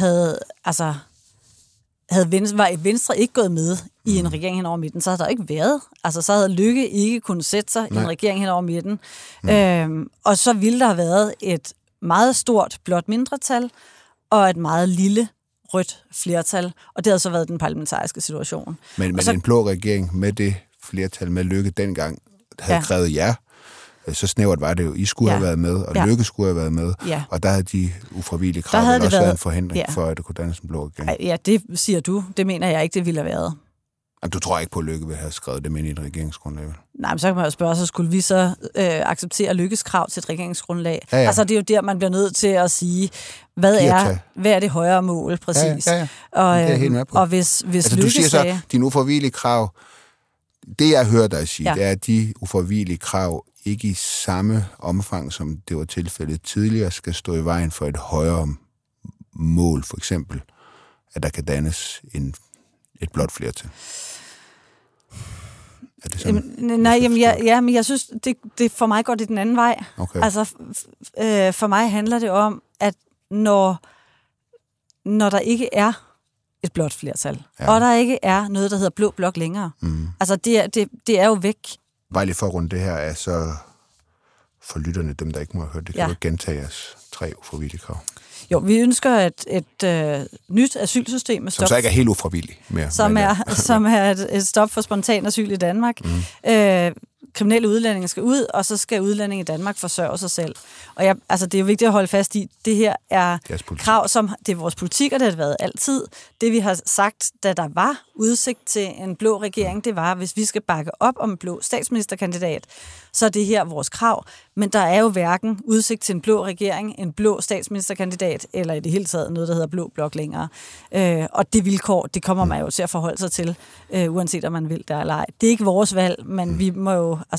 var Venstre ikke gået med i en regering hen over midten, så havde der ikke været. Altså, så havde Løkke ikke kunnet sætte sig i en regering hen over midten. Og så ville der have været et meget stort blåt mindretal, og et meget lille rødt flertal, og det havde så været den parlamentariske situation. Men så, en blå regering med det flertal med Løkke dengang havde krævet så snævert var det jo. I skulle have været med, og Løkke skulle have været med, og der havde de ufravigelige krav også været en forhindring for, at det kunne dannes en blå regering. Ja, det siger du. Det mener jeg ikke, det ville have været. Jamen, du tror ikke på, at Løkke ville have skrevet dem ind i et regeringsgrundlag? Nej, men så kan man jo spørge, så skulle vi så acceptere Løkkes krav til et regeringsgrundlag? Ja. Altså, det er jo der, man bliver nødt til at sige, hvad er det højere mål, præcis? Ja. Og, det er helt med på. Og hvis altså, Løkke du siger så, dine ufravigelige krav, det jeg hører dig sige, det er, at de ufravigelige krav ikke i samme omfang, som det var tilfældet tidligere, skal stå i vejen for et højere mål, for eksempel, at der kan dannes et blåt flertal. Er det sådan? Men jeg synes, det for mig går det den anden vej. Okay. Altså, for mig handler det om, at når der ikke er et blåt flertal, og der ikke er noget, der hedder blå blok længere, altså det er jo væk. Bare lige for at runde det her af, så for lytterne, dem der ikke må have hørt det, kan du gentage jeres 3 ufravigelige krav? Jo, vi ønsker et nyt asylsystem med stop. Som så ikke er helt ufravilligt mere. Som er et stop for spontan asyl i Danmark. Kriminelle udlændinge skal ud, og så skal udlændinge i Danmark forsørge sig selv. Og det er jo vigtigt at holde fast i, det her er krav, som det er vores politik, og det har været altid. Det vi har sagt, da der var udsigt til en blå regering, det var, hvis vi skal bakke op om en blå statsministerkandidat, så er det her vores krav. Men der er jo hverken udsigt til en blå regering, en blå statsministerkandidat, eller i det hele taget noget, der hedder blå blok længere. Og det vilkår, det kommer man jo til at forholde sig til, uanset om man vil der eller ej. Det er ikke vores valg, men vi må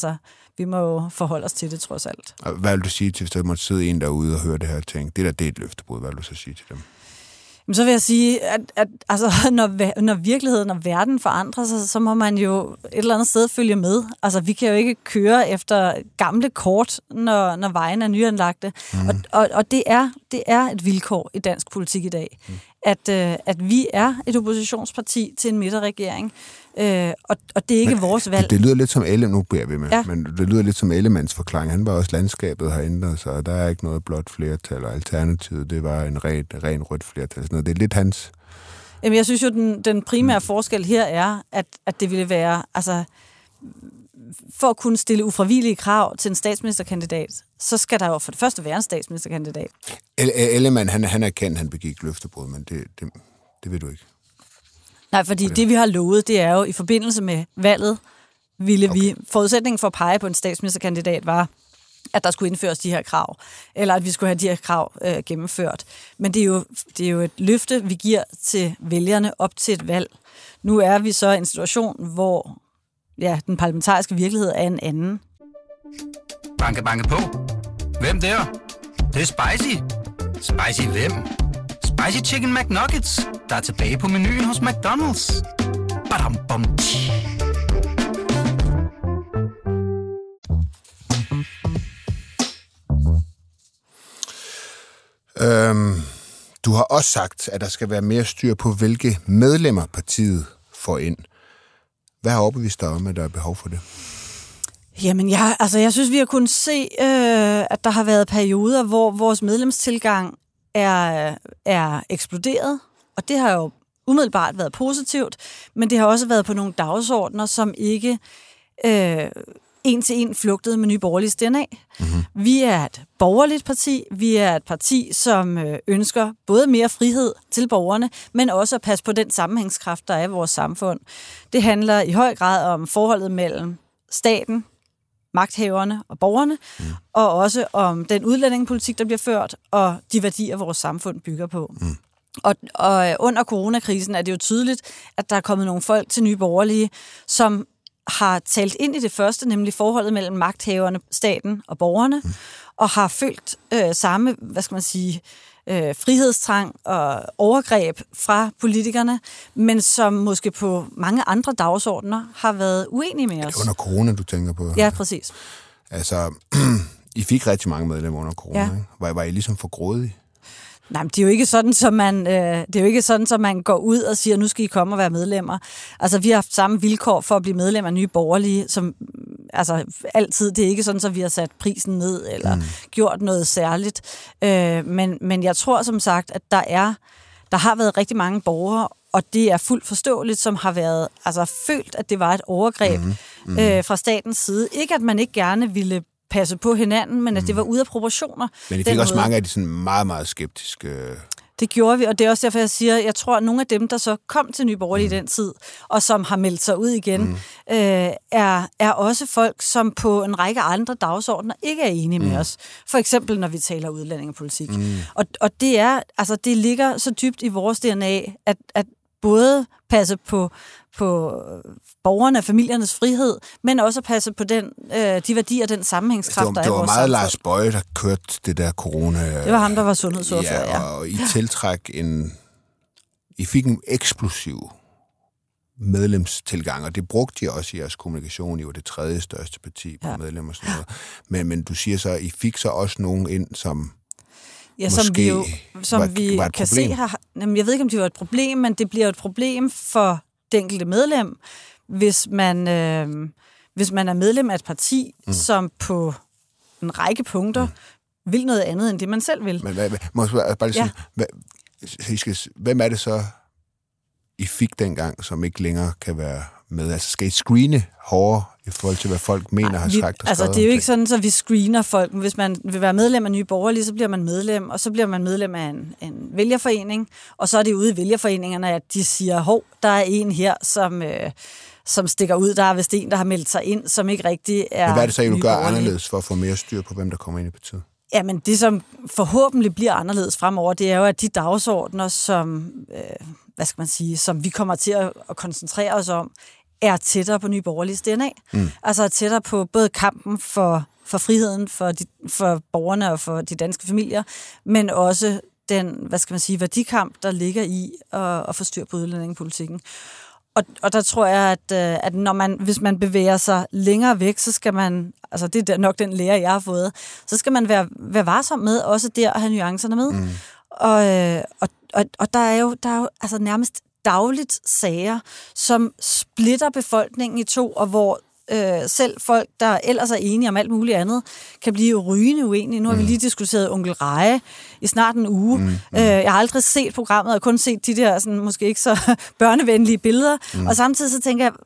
jo forholde os til det, trods alt. Hvad vil du sige til, hvis der måtte sidde en derude og høre det her ting? Det er et løftebrud. Hvad vil du så sige til dem? Men så vil jeg sige, at når virkeligheden og verden forandrer sig, så må man jo et eller andet sted følge med. Altså, vi kan jo ikke køre efter gamle kort, når vejene er nyanlagte. Og det er et vilkår i dansk politik i dag, at vi er et oppositionsparti til en midterregering. Og det er ikke vores valg. Det lyder lidt som nu beder vi med, men det lyder lidt som Ellemanns forklaring. Han var også landskabet har ændret sig, og der er ikke noget blåt flertal, og alternativet, det var en ren rødt flertal. Det er lidt hans... Jamen, jeg synes jo, den primære forskel her er, at det ville være... Altså, for at kunne stille ufravigelige krav til en statsministerkandidat, så skal der jo for det første være en statsministerkandidat. Ellemann, han erkendte, han begik løftebrud, men det vil du ikke. Nej, fordi det vi har lovet, det er jo i forbindelse med valget, forudsætningen for at pege på en statsministerkandidat var, at der skulle indføres de her krav, eller at vi skulle have de her krav gennemført. Men det er jo et løfte, vi giver til vælgerne op til et valg. Nu er vi så i en situation, hvor den parlamentariske virkelighed er en anden. Banke, banke på. Hvem der? Det er spicy. Spicy hvem? Spicy Chicken McNuggets, der er tilbage på menuen hos McDonald's. Badum, bom, Du har også sagt, at der skal være mere styr på, hvilke medlemmer partiet får ind. Hvad har overbevist dig om, at der er behov for det? Jamen, jeg synes, vi har kunnet se, at der har været perioder, hvor vores medlemstilgang er eksploderet, og det har jo umiddelbart været positivt, men det har også været på nogle dagsordner, som ikke en til en flugtede med Nye Borgerliges DNA. Mm-hmm. Vi er et borgerligt parti, vi er et parti, som ønsker både mere frihed til borgerne, men også at passe på den sammenhængskraft, der er i vores samfund. Det handler i høj grad om forholdet mellem staten, magthaverne og borgerne, og også om den udlændingepolitik, der bliver ført, og de værdier, vores samfund bygger på. Og under coronakrisen er det jo tydeligt, at der er kommet nogle folk til Nye Borgerlige, som har talt ind i det første, nemlig forholdet mellem magthaverne, staten og borgerne, og har følt samme, frihedstrang og overgreb fra politikerne, men som måske på mange andre dagsordner har været uenige med os. Er det under corona, du tænker på? Ja, præcis. Altså, I fik rigtig mange medlemmer under corona, ikke? Var I ligesom for grådige? Nej, men det er jo ikke sådan, så man går ud og siger, nu skal I komme og være medlemmer. Altså, vi har haft samme vilkår for at blive medlem af Nye Borgerlige, som altså altid. Det er ikke sådan, så vi har sat prisen ned eller gjort noget særligt. Men jeg tror som sagt, at der har været rigtig mange borgere, og det er fuldt forståeligt, som har været følt, at det var et overgreb fra statens side. Ikke, at man ikke gerne ville passe på hinanden, men at det var ude af proportioner. Men I fik også mange af de sådan meget, meget skeptiske... Det gjorde vi, og det er også derfor, jeg siger, jeg tror, at nogle af dem, der så kom til Nye Borgerlige i den tid, og som har meldt sig ud igen, er også folk, som på en række andre dagsordner ikke er enige med os. For eksempel, når vi taler udlændingepolitik. Og det ligger så dybt i vores DNA, at både passe på borgerne og familiernes frihed, men også at passe på de værdier, den sammenhængskraft, der er i vores samfund. Det var meget Lars Boje, der kørte det der corona... Det var ham, der var sundhedsordfører, ja. Og I tiltræk I fik en eksplosiv medlemstilgang, og det brugte I også i jeres kommunikation. I var det 3. største parti på medlemmer og sådan noget. Men du siger så, at I fik så også nogen ind, som... Ja, som vi kan se her. Jamen, jeg ved ikke, om det var et problem, men det bliver et problem for det enkelte medlem, hvis man er medlem af et parti, som på en række punkter vil noget andet, end det man selv vil. Men hvem er det så, I fik dengang, som ikke længere kan være med? Altså, skal I screene hårdere i forhold til, hvad folk mener har sagt og skrevet? Det er jo ikke sådan, at vi screener folk. Hvis man vil være medlem af Nye Borgerlige, så bliver man medlem, og så bliver man medlem af en vælgerforening, og så er det ude i vælgerforeningerne, at de siger, der er en her, som stikker ud. Der er vist en, der har meldt sig ind, som ikke rigtig er... Men hvad er det så, I nu gør anderledes for at få mere styr på, hvem der kommer ind i partiet? Jamen, det som forhåbentlig bliver anderledes fremover, det er jo, at de dagsordner, som vi kommer til at koncentrere os om, er tættere på Nye Borgerliges DNA. Altså tættere på både kampen for friheden for borgerne og for de danske familier, men også den, værdikamp, der ligger i at få styr på udlændingepolitikken. Og der tror jeg, at hvis man bevæger sig længere væk, så skal man, det er nok den lære, jeg har fået, så skal man være varsom med også der at have nuancerne med. Og der er jo nærmest dagligt sager, som splitter befolkningen i to, og hvor selv folk, der ellers er enige om alt muligt andet, kan blive rygende uenige. Nu har vi lige diskuteret Onkel Reje i snart en uge. Jeg har aldrig set programmet, og kun set de der sådan, måske ikke så børnevenlige billeder. Og samtidig så tænker jeg,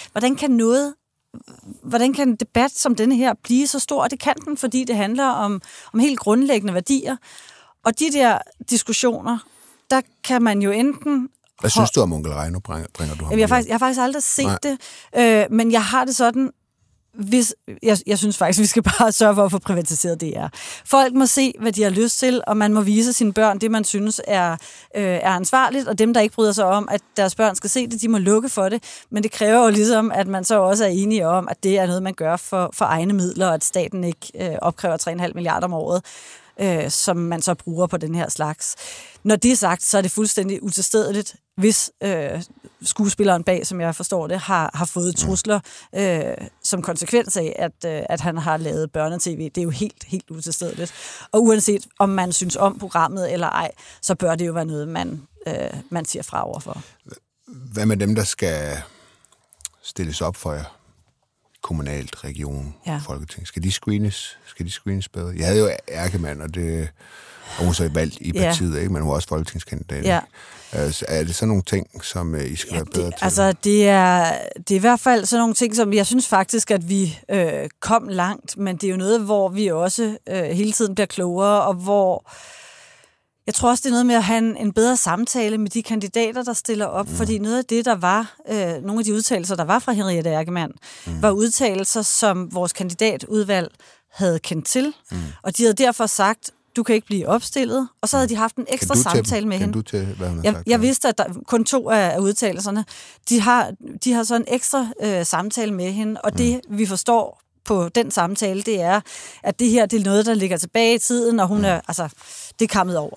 hvordan kan en debat som denne her blive så stor? Og det kan den, fordi det handler om helt grundlæggende værdier. Og de der diskussioner, der kan man jo enten... Hvad synes du om Onkel Reje? Nu bringer du ham. Jeg har faktisk aldrig set det, men jeg har det sådan, jeg synes faktisk, vi skal bare sørge for at få privatiseret DR. Folk må se, hvad de har lyst til, og man må vise sine børn det, man synes er ansvarligt, og dem, der ikke bryder sig om, at deres børn skal se det, de må lukke for det. Men det kræver jo ligesom, at man så også er enige om, at det er noget, man gør for egne midler, og at staten ikke opkræver 3,5 milliarder om året, som man så bruger på den her slags. Når det er sagt, så er det fuldstændig utilstedeligt, hvis skuespilleren bag, som jeg forstår det, har fået trusler som konsekvens af, at han har lavet børnetv. Det er jo helt, helt utilstedeligt. Og uanset om man synes om programmet eller ej, så bør det jo være noget, man siger fra overfor. Hvad med dem, der skal stilles op for jer? Kommunalt, region, folketing. Skal de screenes bedre? Jeg havde jo Erkemann, og hun er så valgt i partiet, ikke? Men hun er også folketingskandidat. Ja. Er det sådan nogle ting, som I skal være bedre til? Altså, det er i hvert fald sådan nogle ting, som jeg synes faktisk, at vi kom langt, men det er jo noget, hvor vi også hele tiden bliver klogere, og hvor Jeg tror også, det er noget med at have en bedre samtale med de kandidater, der stiller op, fordi noget af det, der var, nogle af de udtalelser, der var fra Henriette Erkemann, var udtalelser, som vores kandidatudvalg havde kendt til, og de havde derfor sagt, du kan ikke blive opstillet, og så havde de haft en ekstra samtale med hende. Jeg vidste, at der kun 2 af udtalelserne, de har så en ekstra samtale med hende, og det vi forstår på den samtale, det er, at det her det er noget, der ligger tilbage i tiden, og hun er, altså, det er kammet over.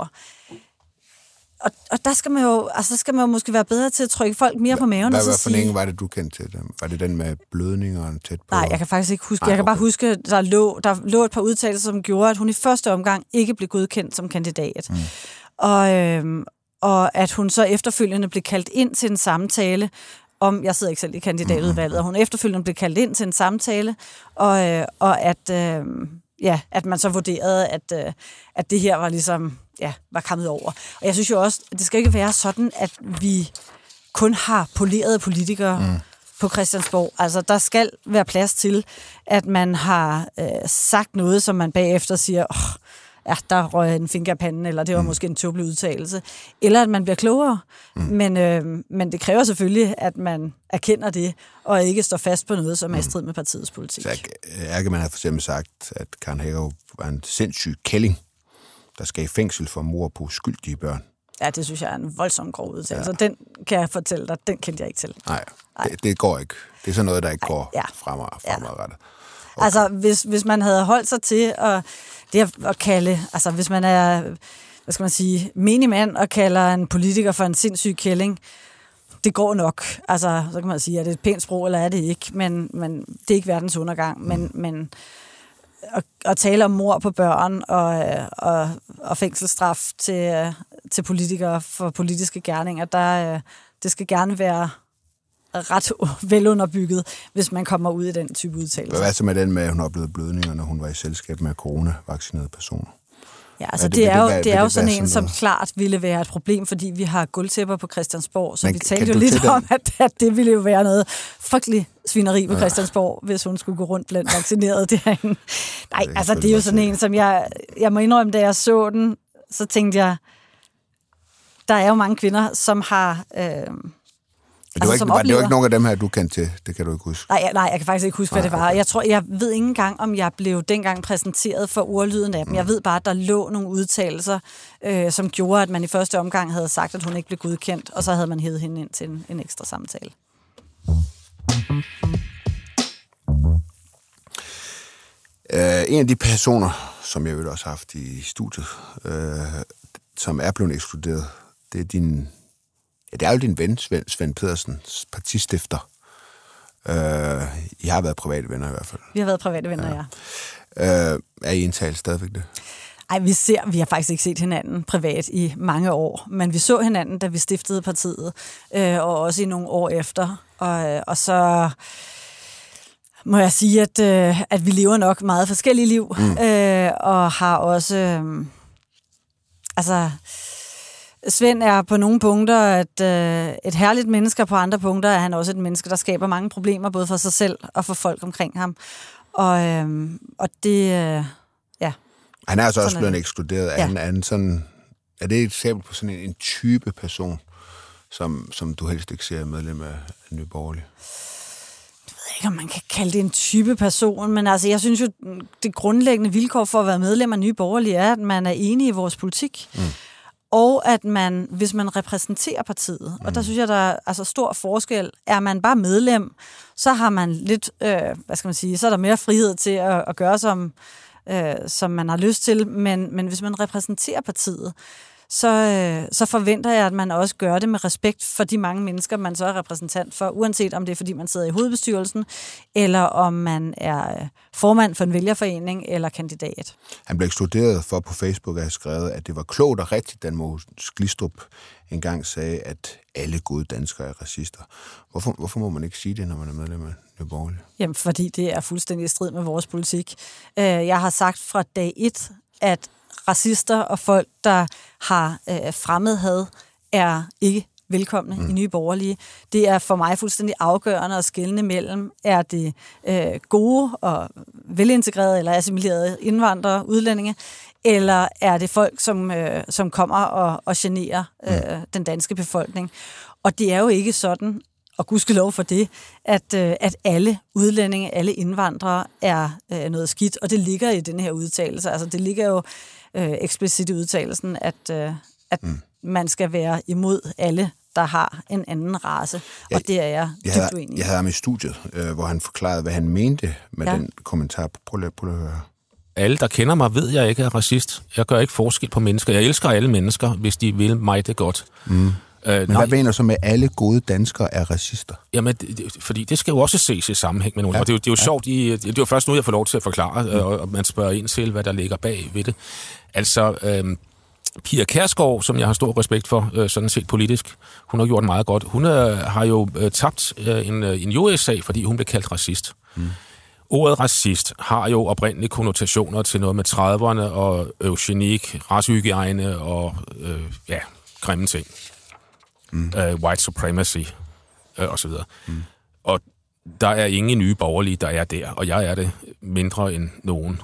Og der skal man jo måske være bedre til at trykke folk mere på maven. Hvad for en var det, du kendte til dem? Var det den med blødninger tæt på? Nej, jeg kan faktisk ikke huske. Jeg kan bare huske, der lå et par udtalelser, som gjorde, at hun i første omgang ikke blev godkendt som kandidat. Og at hun så efterfølgende blev kaldt ind til en samtale om, jeg sidder ikke selv i kandidatudvalget, og hun efterfølgende blev kaldt ind til en samtale, og at man så vurderede, at det her var ligesom, var kommet over. Og jeg synes jo også, at det skal ikke være sådan, at vi kun har polerede politikere på Christiansborg. Altså, der skal være plads til, at man har sagt noget, som man bagefter siger, der røg en finger af panden, eller det var måske en tåbelig udtalelse. Eller at man bliver klogere. Men det kræver selvfølgelig, at man erkender det, og ikke står fast på noget, som er i strid med partiets politik. Så Erkemann har for eksempel sagt, at Karen Hækkerup var en sindssyg kælling, der skal i fængsel for mord på uskyldige børn. Ja, det synes jeg er en voldsom grov udtalelse. Den kan jeg fortælle dig, den kendte jeg ikke til. Nej, det går ikke. Det er sådan noget, der ikke går fremadrettet. Okay. Altså, hvis man havde holdt sig til at kalde, altså hvis man er, hvad skal man sige, menig mand og kalder en politiker for en sindssyg kælling, det går nok. Altså, så kan man sige, er det et pænt sprog, eller er det ikke? Men det er ikke verdens undergang. Men at tale om mord på børn og fængselsstraf til politikere for politiske gerninger, det skal gerne være ret velunderbygget, hvis man kommer ud i den type udtalelse. Hvad så med den med, at hun oplevede blødninger, når hun var i selskab med coronavaccinerede personer? Ja, altså det er jo sådan en, som klart ville være et problem, fordi vi har gulvtæpper på Christiansborg, så vi talte jo lidt om, at det ville jo være noget frygteligt svineri på Christiansborg, hvis hun skulle gå rundt blandt vaccinerede derinde. Nej, altså det er jo sådan en, som jeg må indrømme, da jeg så den, så tænkte jeg, der er jo mange kvinder, som har... Det var jo ikke nogen af dem her, du kendte til. Det kan du ikke huske. Nej, jeg kan faktisk ikke huske, hvad det var. Jeg ved ikke engang, om jeg blev dengang præsenteret for ordlyden af dem. Jeg ved bare, at der lå nogle udtalelser, som gjorde, at man i første omgang havde sagt, at hun ikke blev godkendt, og så havde man hævet hende ind til en ekstra samtale. En af de personer, som jeg jo også har haft i studiet, som er blevet ekskluderet, det er din... Ja, det er jo din ven, Svend Pedersen, partistifter. I har været private venner i hvert fald. Vi har været private venner, ja. Er I indtalt stadigvæk det? Ej, vi har faktisk ikke set hinanden privat i mange år, men vi så hinanden, da vi stiftede partiet, og også i nogle år efter. Og så må jeg sige, at vi lever nok meget forskellige liv, og har også... Svend er på nogle punkter et herligt menneske, og på andre punkter er han også et menneske, der skaber mange problemer, både for sig selv og for folk omkring ham. Og det, ja. Han er altså også blevet ekskluderet. Er det et eksempel på sådan en type person, som du helst ikke ser medlem af Nye Borgerlige? Jeg ved ikke, om man kan kalde det en type person, men altså, jeg synes jo, det grundlæggende vilkår for at være medlem af Nye Borgerlige er, at man er enig i vores politik. Og at man, hvis man repræsenterer partiet, og der synes jeg, der er altså stor forskel, er man bare medlem, så har man lidt, så er der mere frihed til at gøre, som man har lyst til, men hvis man repræsenterer partiet, så forventer jeg, at man også gør det med respekt for de mange mennesker, man så er repræsentant for, uanset om det er, fordi man sidder i hovedbestyrelsen, eller om man er formand for en vælgerforening eller kandidat. Han blev ekskluderet for på Facebook at have skrevet, at det var klogt og rigtigt, da Mogens Glistrup engang sagde, at alle gode danskere er racister. Hvorfor må man ikke sige det, når man er medlem af Nye Borgerlige? Jamen, fordi det er fuldstændig i strid med vores politik. Jeg har sagt fra dag 1, at racister og folk, der har fremmedhad, er ikke velkomne i Nye Borgerlige. Det er for mig fuldstændig afgørende at skelne mellem, er det gode og velintegrerede eller assimilerede indvandrere, udlændinge, eller er det folk, som kommer og generer den danske befolkning? Og det er jo ikke sådan, og gudskelov for det, at alle udlændinge, alle indvandrere er noget skidt, og det ligger i den her udtalelse. Altså det ligger jo eksplicit i udtalelsen, at man skal være imod alle, der har en anden race, og det er jeg dybt uenig i. Jeg havde ham i studiet, hvor han forklarede, hvad han mente med den kommentar. Prøv at høre. Alle, der kender mig, ved, jeg ikke er racist. Jeg gør ikke forskel på mennesker. Jeg elsker alle mennesker, hvis de vil mig det godt. Men hvad mener du så med, at alle gode danskere er racister? Jamen, fordi det skal jo også ses i sammenhæng med nogen. Og det er jo sjovt, det er jo først nu, jeg får lov til at forklare, og man spørger ind til, hvad der ligger bag ved det. Altså, Pia Kjærsgaard, som jeg har stor respekt for, sådan set politisk, hun har gjort meget godt. Hun har jo tabt en US-sag, fordi hun blev kaldt racist. Ordet racist har jo oprindelige konnotationer til noget med 30'erne og eugenik, racehygiejne og grimme ting. White supremacy og så videre. Og der er ingen nye borgerlige, der er der, og jeg er det mindre end nogen.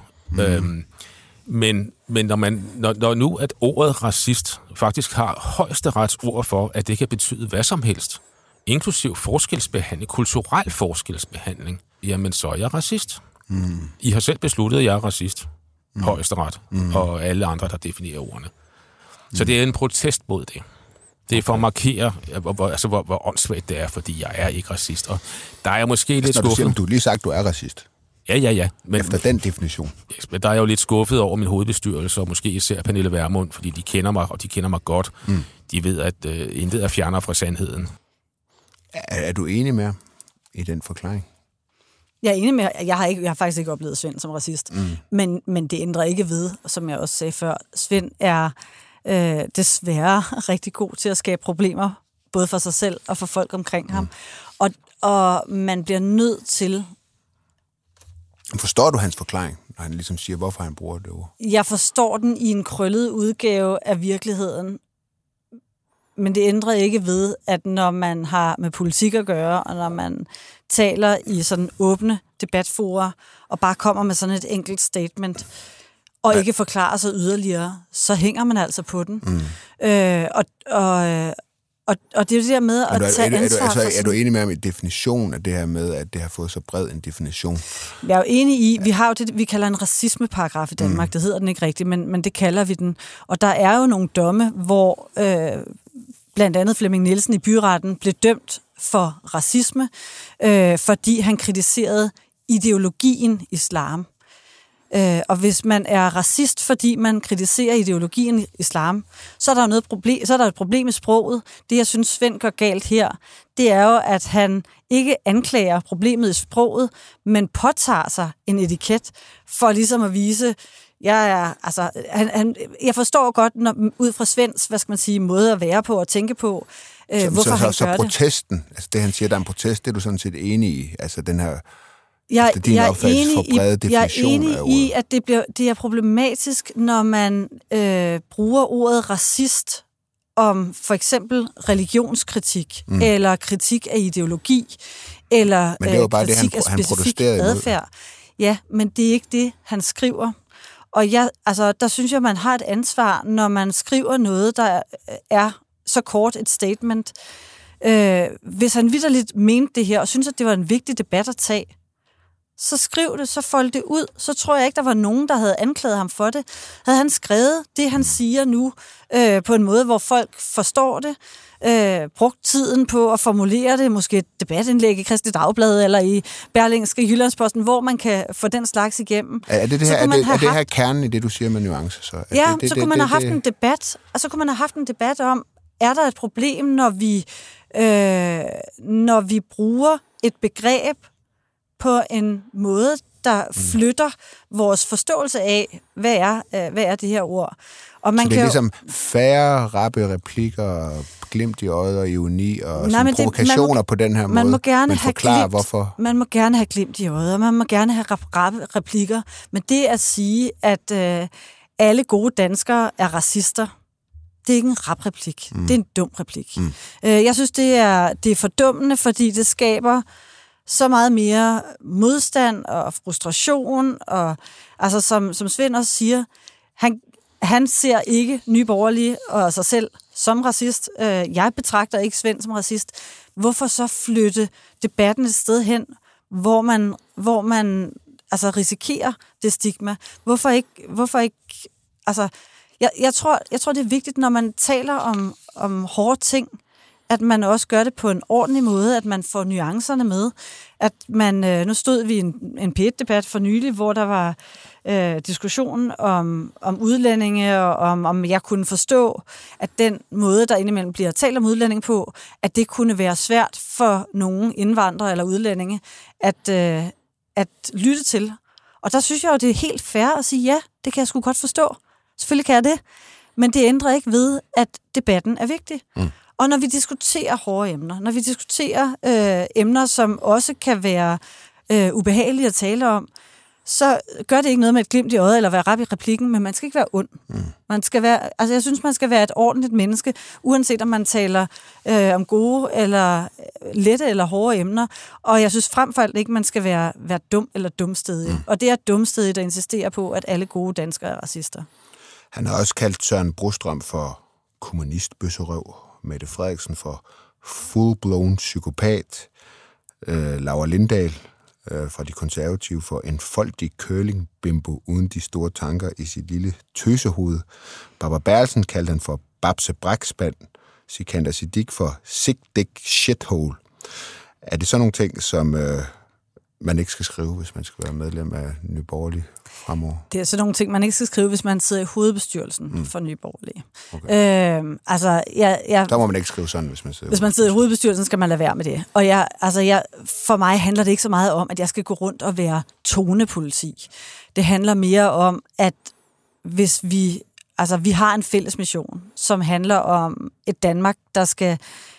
Men når nu at ordet racist faktisk har højesterets ord for, at det kan betyde hvad som helst, inklusiv forskelsbehandling, kulturel forskelsbehandling, jamen så er jeg racist. I har selv besluttet, at jeg er racist. Højesteret. Og alle andre, der definerer ordene. Så det er en protest mod det. Det er for at markere, hvor åndssvagt det er, fordi jeg er ikke racist. Og der er måske lidt skuffet. Du har lige sagt, at du er racist. Ja. Men, efter den definition. Men der er jo lidt skuffet over min hovedbestyrelse, og måske især Pernille Vermund, fordi de kender mig, og de kender mig godt. De ved, at intet er fjerner fra sandheden. Er du enig med i den forklaring? Jeg er enig med, jeg har faktisk ikke oplevet Svend som racist, men det ændrer ikke ved, som jeg også sagde før, Svend er desværre rigtig god til at skabe problemer, både for sig selv og for folk omkring ham. Og man bliver nødt til... Forstår du hans forklaring, når han ligesom siger, hvorfor han bruger det ord? Jeg forstår den i en krøllet udgave af virkeligheden, men det ændrer ikke ved, at når man har med politik at gøre, og når man taler i sådan åbne debatfora, og bare kommer med sådan et enkelt statement, og ikke forklarer sig yderligere, så hænger man altså på den. Og det er jo det der med at tage ansvar for... Er du enig med ham i definitionen af det her med, at det har fået så bred en definition? Jeg er jo enig i, vi har jo det, vi kalder en racismeparagraf i Danmark. Det hedder den ikke rigtigt, men det kalder vi den. Og der er jo nogle domme, hvor blandt andet Flemming Nielsen i byretten blev dømt for racisme, fordi han kritiserede ideologien islam. Og hvis man er racist, fordi man kritiserer ideologien islam, så er der et problem med sproget. Det, jeg synes, Svend gør galt her, det er jo, at han ikke anklager problemet i sproget, men påtager sig en etiket for ligesom at vise, jeg forstår godt, ud fra Svends, hvad skal man sige, måde at være på og tænke på, hvorfor han gør det. Så protesten, altså det han siger, der er en protest, det er du sådan set enig i, altså den her... Jeg er enig i, at det er problematisk, når man bruger ordet racist om for eksempel religionskritik, eller kritik af ideologi, eller men det var bare kritik det, af specifik adfærd. Ja, men det er ikke det, han skriver. Og der synes jeg, man har et ansvar, når man skriver noget, der er så kort et statement. Hvis han vitterligt mente det her, og synes, at det var en vigtig debat at tage, så skriv det, så fold det ud. Så tror jeg ikke, der var nogen, der havde anklaget ham for det. Havde han skrevet det, han siger nu, på en måde, hvor folk forstår det, brugt tiden på at formulere det, måske et debatindlæg i Kristeligt Dagblad eller i Berlingske Jyllandsposten, hvor man kan få den slags igennem. Er det her kernen i det, du siger med nuancer? Så? Så kunne man have haft en debat, og så kunne man have haft en debat om, er der et problem, når vi bruger et begreb på en måde, der flytter vores forståelse af, hvad er det her ord. Og man så det er ligesom færre rappe replikker, glimt i øjet og ironi og provokationer på den her måde. Men forklare hvorfor. Man må gerne have glimt i øjet, og man må gerne have rappe replikker. Men det at sige, at alle gode danskere er racister, det er ikke en rap-replik. Det er en dum replik. Jeg synes, det er fordummende, fordi det skaber så meget mere modstand og frustration, og altså som Svend også siger, Han ser ikke Nye Borgerlige og sig selv som racist. Jeg betragter ikke Svend som racist. Hvorfor så flytte debatten et sted hen, hvor man altså risikerer det stigma? Hvorfor ikke altså, jeg tror, det er vigtigt, når man taler om hårde ting, at man også gør det på en ordentlig måde, at man får nuancerne med. At man, nu stod vi i en P1-debat for nylig, hvor der var diskussion om udlændinge, og om jeg kunne forstå, at den måde, der indimellem bliver talt om udlændinge på, at det kunne være svært for nogle indvandrere eller udlændinge at lytte til. Og der synes jeg jo, det er helt fair at sige, ja, det kan jeg sgu godt forstå. Selvfølgelig kan jeg det. Men det ændrer ikke ved, at debatten er vigtig. Og når vi diskuterer hårde emner, når vi diskuterer emner, som også kan være ubehagelige at tale om, så gør det ikke noget med et glimt i øjet eller være rap i replikken, men man skal ikke være ond. Man skal være, altså jeg synes, man skal være et ordentligt menneske, uanset om man taler om gode eller lette eller hårde emner. Og jeg synes frem for alt ikke, man skal være dum eller dumstedig. Og det er dumstedig, der insisterer på, at alle gode danskere er racister. Han har også kaldt Søren Brostrøm for kommunistbøsserøv, Mette Frederiksen for full-blown psykopat, Laura Lindahl fra De Konservative for en foldig curling-bimbo uden de store tanker i sit lille tøsehoved. Barbara Bertelsen kaldte han for Babse Brækspand, Sikander Siddiq for sick dick shithole. Er det sådan nogle ting, som man ikke skal skrive, hvis man skal være medlem af Nye Borgerlige fremover? Det er sådan nogle ting, man ikke skal skrive, hvis man sidder i hovedbestyrelsen for Nye Borgerlige. Okay. Der må man ikke skrive sådan, hvis man sidder. Hvis man sidder i hovedbestyrelsen, skal man lade være med det. Og for mig handler det ikke så meget om, at jeg skal gå rundt og være tonepoliti. Det handler mere om, at hvis vi har en fælles mission, som handler om et Danmark, der skal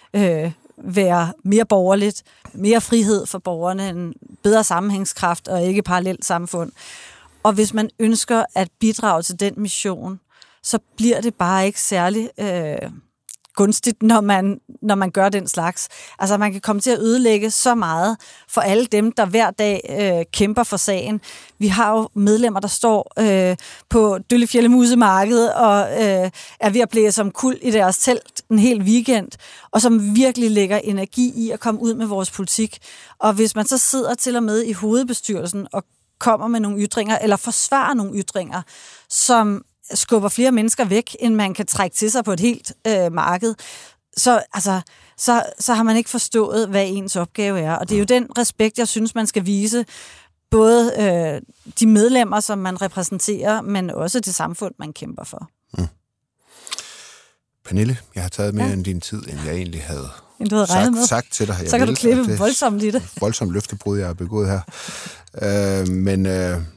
være mere borgerligt, mere frihed for borgerne, en bedre sammenhængskraft og ikke parallelt samfund. Og hvis man ønsker at bidrage til den mission, så bliver det bare ikke særlig gunstigt, når man gør den slags. Altså man kan komme til at ødelægge så meget for alle dem, der hver dag kæmper for sagen. Vi har jo medlemmer, der står på Døllefjelde Musemarked og er ved at blæse som kul i deres telt en hel weekend, og som virkelig lægger energi i at komme ud med vores politik. Og hvis man så sidder til og med i hovedbestyrelsen og kommer med nogle ytringer, eller forsvarer nogle ytringer, som skubber flere mennesker væk, end man kan trække til sig på et helt marked, så har man ikke forstået, hvad ens opgave er. Og det er jo den respekt, jeg synes, man skal vise både de medlemmer, som man repræsenterer, men også det samfund, man kæmper for. Pernille, jeg har taget mere end din tid, end jeg egentlig havde sagt til dig. Så kan du klippe voldsomt i det. Voldsomt løftebrud, jeg har begået her. Men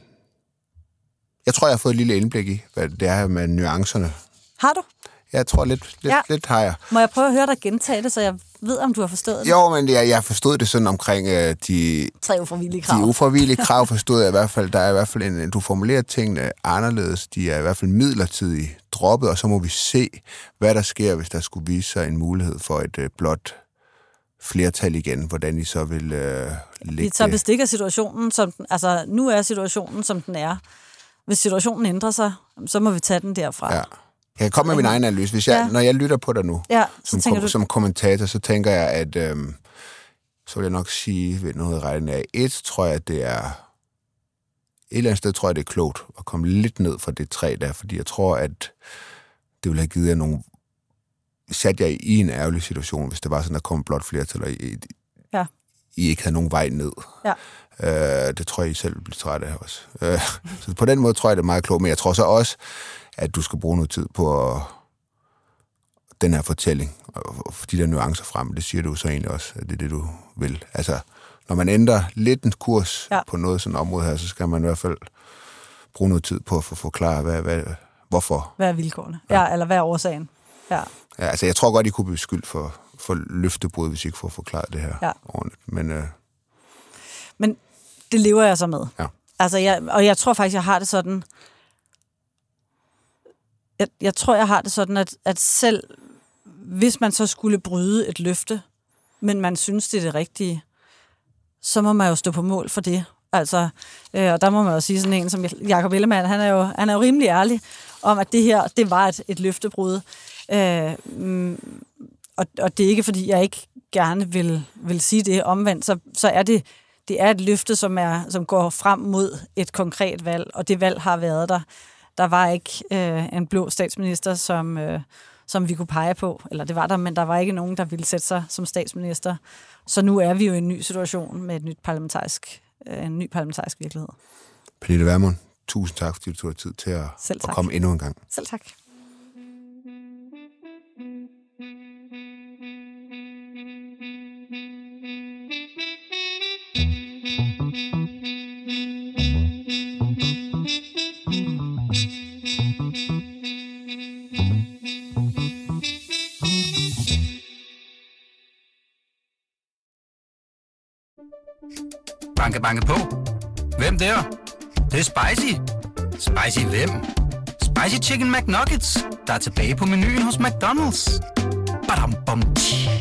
jeg tror, jeg har fået et lille indblik i, hvad det er med nuancerne. Har du? Jeg tror lidt har jeg. Må jeg prøve at høre dig gentage det, så jeg ved, om du har forstået det? Jo, men jeg forstod det sådan omkring de 3 ufravigelige krav. De ufravigelige krav forstod jeg i hvert fald. Der er i hvert fald du formulerer tingene anderledes. De er i hvert fald midlertidigt droppet, og så må vi se, hvad der sker, hvis der skulle vise sig en mulighed for et blot flertal igen, hvordan I så vil lægge. Vi tager bestik af situationen, nu er situationen, som den er. Hvis situationen ændrer sig, så må vi tage den derfra. Ja. Jeg kan komme med min egen analyse. Når jeg lytter på dig nu, som kommentator, så tænker jeg, at så vil jeg nok sige ved noget regning af tror jeg, at det er et eller andet sted, tror jeg, det er klogt at komme lidt ned fra det 3 der, fordi jeg tror, at det ville have givet jer nogle sat jeg i en ærgerlig situation, hvis det var sådan, der kom blot flertal, og I ikke havde nogen vej ned. Ja. Det tror jeg, I selv bliver træt af også. Så på den måde tror jeg, det er meget klogt, men jeg tror så også, at du skal bruge noget tid på den her fortælling, og de der nuancer frem. Det siger du så egentlig også, at det er det, du vil. Altså, når man ændrer lidt en kurs på noget sådan område her, så skal man i hvert fald bruge noget tid på at få forklare, hvorfor. Hvad er vilkårene? Ja, eller hvad er årsagen? Ja. Ja, altså, jeg tror godt, I kunne blive skyldt for løftebrud, hvis I ikke får forklaret det her ordentligt. Men det lever jeg så med. Ja. Altså, jeg tror faktisk, jeg har det sådan. Jeg tror, jeg har det sådan, at selv hvis man så skulle bryde et løfte, men man synes, det er det rigtige, så må man jo stå på mål for det. Altså, og der må man jo sige sådan en som Jakob Ellemann, han er jo rimelig ærlig om, at det her, det var et løftebrud. Og det er ikke, fordi jeg ikke gerne vil sige det omvendt, så er det er et løfte, som går frem mod et konkret valg, og det valg har været der. Der var ikke en blå statsminister, som vi kunne pege på, eller det var der, men der var ikke nogen, der ville sætte sig som statsminister. Så nu er vi jo i en ny situation med en ny parlamentarisk virkelighed. Pernille Vermund, tusind tak, fordi du tog dig tid til at komme endnu en gang. Selv tak. Banke, banke på. Hvem der? Det er spicy. Spicy hvem? Spicy Chicken McNuggets, der er tilbage på menuen hos McDonald's. Badum, bom, tji.